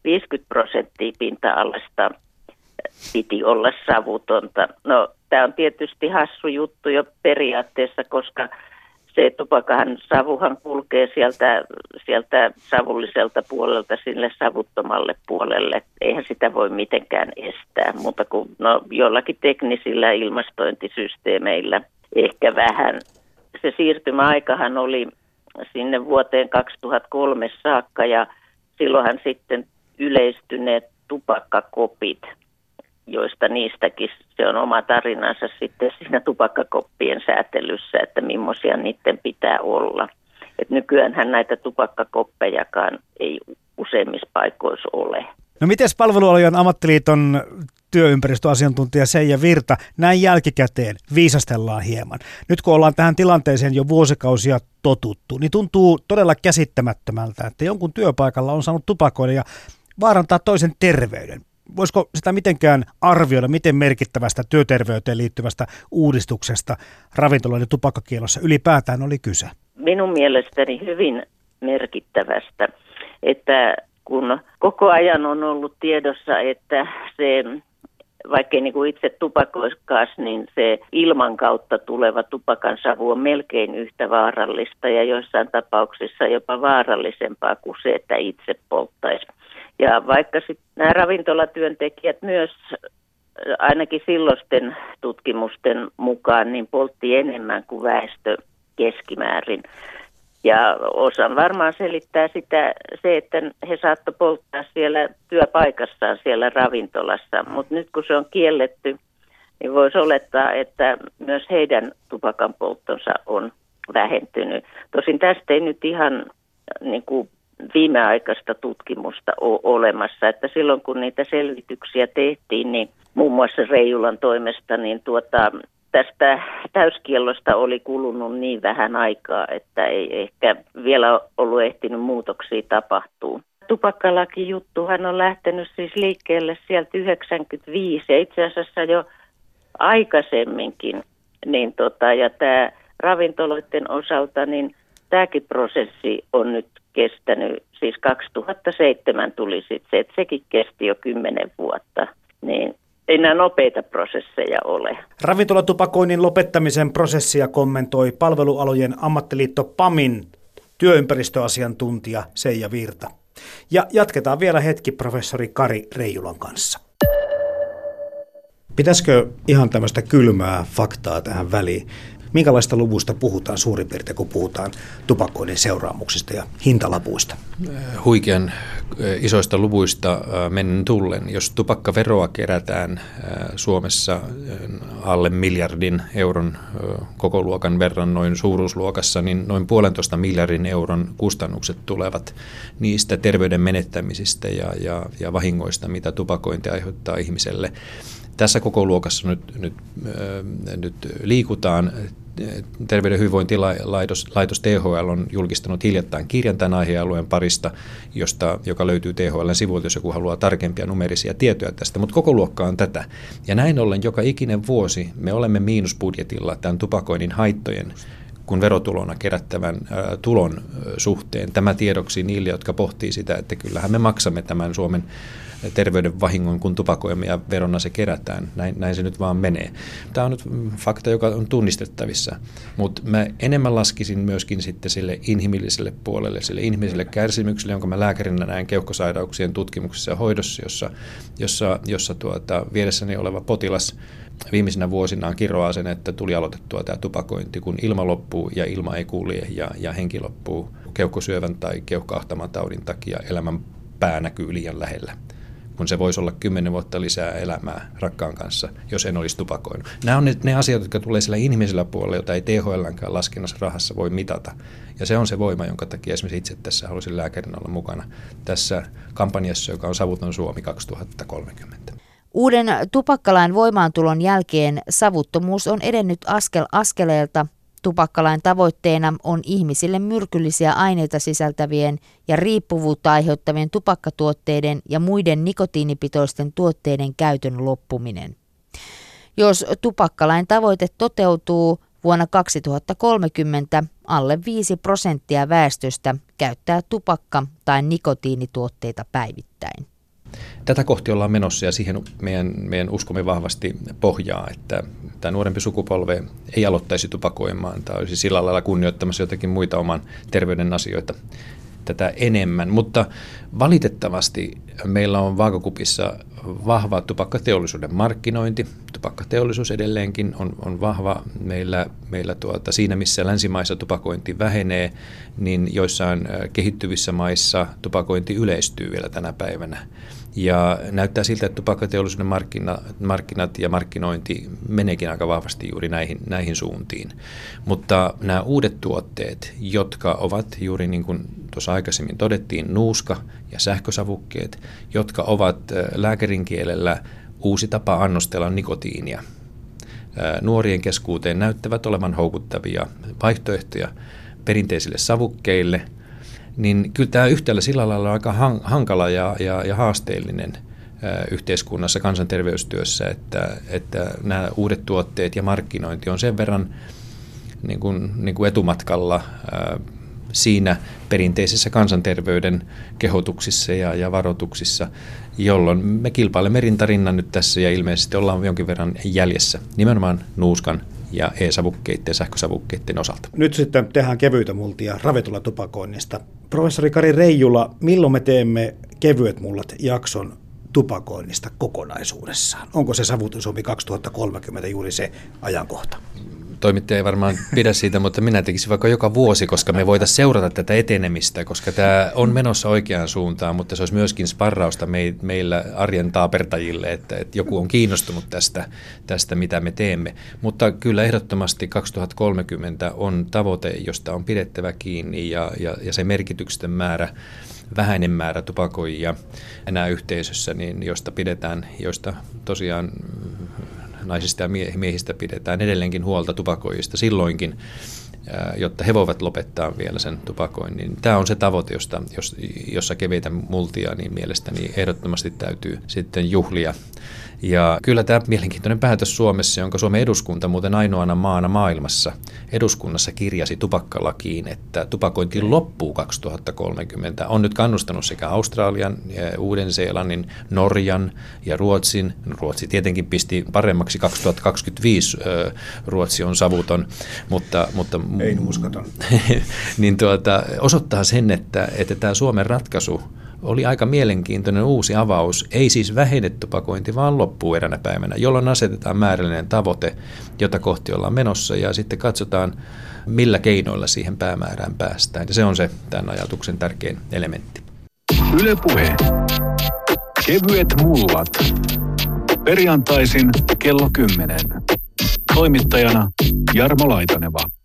50% pinta-alasta piti olla savutonta. No, tämä on tietysti hassu juttu jo periaatteessa, koska se tupakahan savuhan kulkee sieltä savulliselta puolelta sille savuttomalle puolelle. Eihän sitä voi mitenkään estää, mutta kuin jollakin teknisillä ilmastointisysteemeillä ehkä vähän. Se siirtymäaikahan oli sinne vuoteen 2003 saakka ja silloinhan sitten yleistyneet tupakkakopit, joista niistäkin se on oma tarinansa sitten siinä tupakkakoppien säätelyssä, että millaisia niiden pitää olla. Et nykyäänhän näitä tupakkakoppejakaan ei useimmissa paikoissa ole. No miten Palvelualojen ammattiliiton työympäristöasiantuntija Seija Virta, näin jälkikäteen viisastellaan hieman. Nyt kun ollaan tähän tilanteeseen jo vuosikausia totuttu, niin tuntuu todella käsittämättömältä, että jonkun työpaikalla on saanut tupakoida ja vaarantaa toisen terveyden. Voisiko sitä mitenkään arvioida, miten merkittävästä työterveyteen liittyvästä uudistuksesta ravintoloiden tupakkakielossa ylipäätään oli kyse? Minun mielestäni hyvin merkittävästä, että kun koko ajan on ollut tiedossa, että se vaikkei niin kuin itse tupakoiskaan, niin se ilman kautta tuleva tupakan savu on melkein yhtä vaarallista ja joissain tapauksissa jopa vaarallisempaa kuin se, että itse polttaisi. Ja vaikka sitten nämä ravintolatyöntekijät myös ainakin silloisten tutkimusten mukaan niin poltti enemmän kuin väestö keskimäärin. Ja osan varmaan selittää se, että he saattoi polttaa siellä työpaikassaan siellä ravintolassa, mutta nyt kun se on kielletty, niin voisi olettaa, että myös heidän tupakan polttonsa on vähentynyt. Tosin tästä ei nyt ihan niin kuin viimeaikaista tutkimusta ole olemassa, että silloin kun niitä selvityksiä tehtiin, niin muun muassa Reijulan toimesta, niin tästä täyskiellosta oli kulunut niin vähän aikaa, että ei ehkä vielä ollut ehtinyt muutoksia tapahtua. Tupakkalakijuttuhan on lähtenyt siis liikkeelle sieltä 1995 ja itse asiassa jo aikaisemminkin. Ja tämä ravintoloiden osalta, niin tämäkin prosessi on nyt kestänyt, siis 2007 tuli sitten se, että sekin kesti jo 10 vuotta, niin ei nämä nopeita prosesseja ole. Ravintolatupakoinnin lopettamisen prosessia kommentoi palvelualojen ammattiliitto PAMin työympäristöasiantuntija Seija Virta. Ja jatketaan vielä hetki professori Kari Reijulan kanssa. Pitäisikö ihan tämmöistä kylmää faktaa tähän väliin? Minkälaista luvuista puhutaan suurin piirtein, kun puhutaan tupakoinnin seuraamuksista ja hintalapuista? Huikean isoista luvuista mennen tullen. Jos tupakkaveroa kerätään Suomessa alle miljardin euron kokoluokan verran noin suuruusluokassa, niin noin 1,5 miljardin euron kustannukset tulevat niistä terveyden menettämisistä ja vahingoista, mitä tupakointi aiheuttaa ihmiselle. Tässä kokoluokassa nyt liikutaan. Terveyden ja hyvinvointilaitos THL on julkistanut hiljattain kirjan tämän aihealueen parista, joka löytyy THL:n sivuilta, jos joku haluaa tarkempia numerisia tietoja tästä. Mutta koko luokka on tätä. Ja näin ollen joka ikinen vuosi me olemme miinusbudjetilla tämän tupakoinnin haittojen kun verotulona kerättävän tulon suhteen. Tämä tiedoksi niille, jotka pohtii sitä, että kyllähän me maksamme tämän Suomen terveyden vahingon, kun tupakoimme ja verona se kerätään. Näin se nyt vaan menee. Tämä on nyt fakta, joka on tunnistettavissa, mutta mä enemmän laskisin myöskin sitten sille inhimilliselle puolelle, sille inhimilliselle kärsimykselle, jonka mä lääkärinä näen keuhkosairauksien tutkimuksessa ja hoidossa, jossa vieressäni oleva potilas viimeisinä vuosinaan kiroaa sen, että tuli aloitettua tämä tupakointi, kun ilma loppuu ja ilma ei kulje ja henki loppuu keuhkosyövän tai keuhkoahtaman taudin takia, elämän pää näkyy liian lähellä, kun se voisi olla 10 vuotta lisää elämää rakkaan kanssa, jos en olisi tupakoinut. Nämä on ne asiat, jotka tulee sillä inhimillisellä puolella, jota ei THL:nkään laskennassa rahassa voi mitata. Ja se on se voima, jonka takia esimerkiksi itse tässä haluaisin lääkärinä olla mukana tässä kampanjassa, joka on Savuton Suomi 2030. Uuden tupakkalain voimaantulon jälkeen savuttomuus on edennyt askel askeleelta. Tupakkalain tavoitteena on ihmisille myrkyllisiä aineita sisältävien ja riippuvuutta aiheuttavien tupakkatuotteiden ja muiden nikotiinipitoisten tuotteiden käytön loppuminen. Jos tupakkalain tavoite toteutuu, vuonna 2030 alle 5% väestöstä käyttää tupakka- tai nikotiinituotteita päivittäin. Tätä kohti ollaan menossa ja siihen meidän uskomme vahvasti pohjaa, että tämä nuorempi sukupolve ei aloittaisi tupakoimaan tai olisi sillä lailla kunnioittamassa jotakin muita oman terveyden asioita tätä enemmän. Mutta valitettavasti meillä on vaakakupissa vahva tupakkateollisuuden markkinointi. Tupakkateollisuus edelleenkin on vahva meillä siinä, missä länsimaissa tupakointi vähenee, niin joissain kehittyvissä maissa tupakointi yleistyy vielä tänä päivänä. Ja näyttää siltä, että tupakkateollisuuden markkinat ja markkinointi meneekin aika vahvasti juuri näihin suuntiin. Mutta nämä uudet tuotteet, jotka ovat juuri niin kuin tuossa aikaisemmin todettiin, nuuska ja sähkösavukkeet, jotka ovat lääkärin kielellä uusi tapa annostella nikotiinia. Nuorien keskuuteen näyttävät olevan houkuttavia vaihtoehtoja perinteisille savukkeille, niin kyllä tämä yhtälö sillä lailla on aika hankala ja haasteellinen yhteiskunnassa, kansanterveystyössä, että nämä uudet tuotteet ja markkinointi on sen verran niin kuin etumatkalla siinä perinteisessä kansanterveyden kehotuksissa ja varoituksissa, jolloin me kilpailemme rintarinnan nyt tässä ja ilmeisesti ollaan jonkin verran jäljessä nimenomaan nuuskan ja e-savukkeiden, sähkösavukkeiden osalta. Nyt sitten tehdään kevyitä multia ravintolatupakoinnista. Professori Kari Reijula, milloin me teemme kevyet mullat jakson tupakoinnista kokonaisuudessaan? Onko se Savuton Suomi 2030 juuri se ajankohta? Toimittaja ei varmaan pidä siitä, mutta minä tekisin vaikka joka vuosi, koska me voitaisiin seurata tätä etenemistä, koska tämä on menossa oikeaan suuntaan, mutta se olisi myöskin sparrausta meillä arjen taapertajille, että joku on kiinnostunut tästä, mitä me teemme. Mutta kyllä ehdottomasti 2030 on tavoite, josta on pidettävä kiinni ja se merkityksen määrä, vähäinen määrä tupakoijia enää yhteisössä, niin josta tosiaan naisista ja miehistä pidetään edelleenkin huolta tupakoijista silloinkin, jotta he voivat lopettaa vielä sen tupakoinnin. Tämä on se tavoite, jossa keveitä multia, niin mielestäni ehdottomasti täytyy sitten juhlia. Ja kyllä tämä mielenkiintoinen päätös Suomessa, jonka Suomen eduskunta muuten ainoana maana maailmassa eduskunnassa kirjasi tupakkalakiin, että tupakointi loppuu 2030, on nyt kannustanut sekä Australian, Uuden-Seelannin, Norjan ja Ruotsin. Ruotsi tietenkin pisti paremmaksi 2025, Ruotsi on savuton, mutta ei nuuskaton. niin osoittaa sen, että tämä Suomen ratkaisu oli aika mielenkiintoinen uusi avaus, ei siis vähene tupakointi, vaan loppuu eräänä päivänä, jolloin asetetaan määrällinen tavoite, jota kohti ollaan menossa, ja sitten katsotaan, millä keinoilla siihen päämäärään päästään. Ja se on se tämän ajatuksen tärkein elementti. Yle Puhe. Kevyet mullat. Perjantaisin kello 10. Toimittajana Jarmo Laitaneva.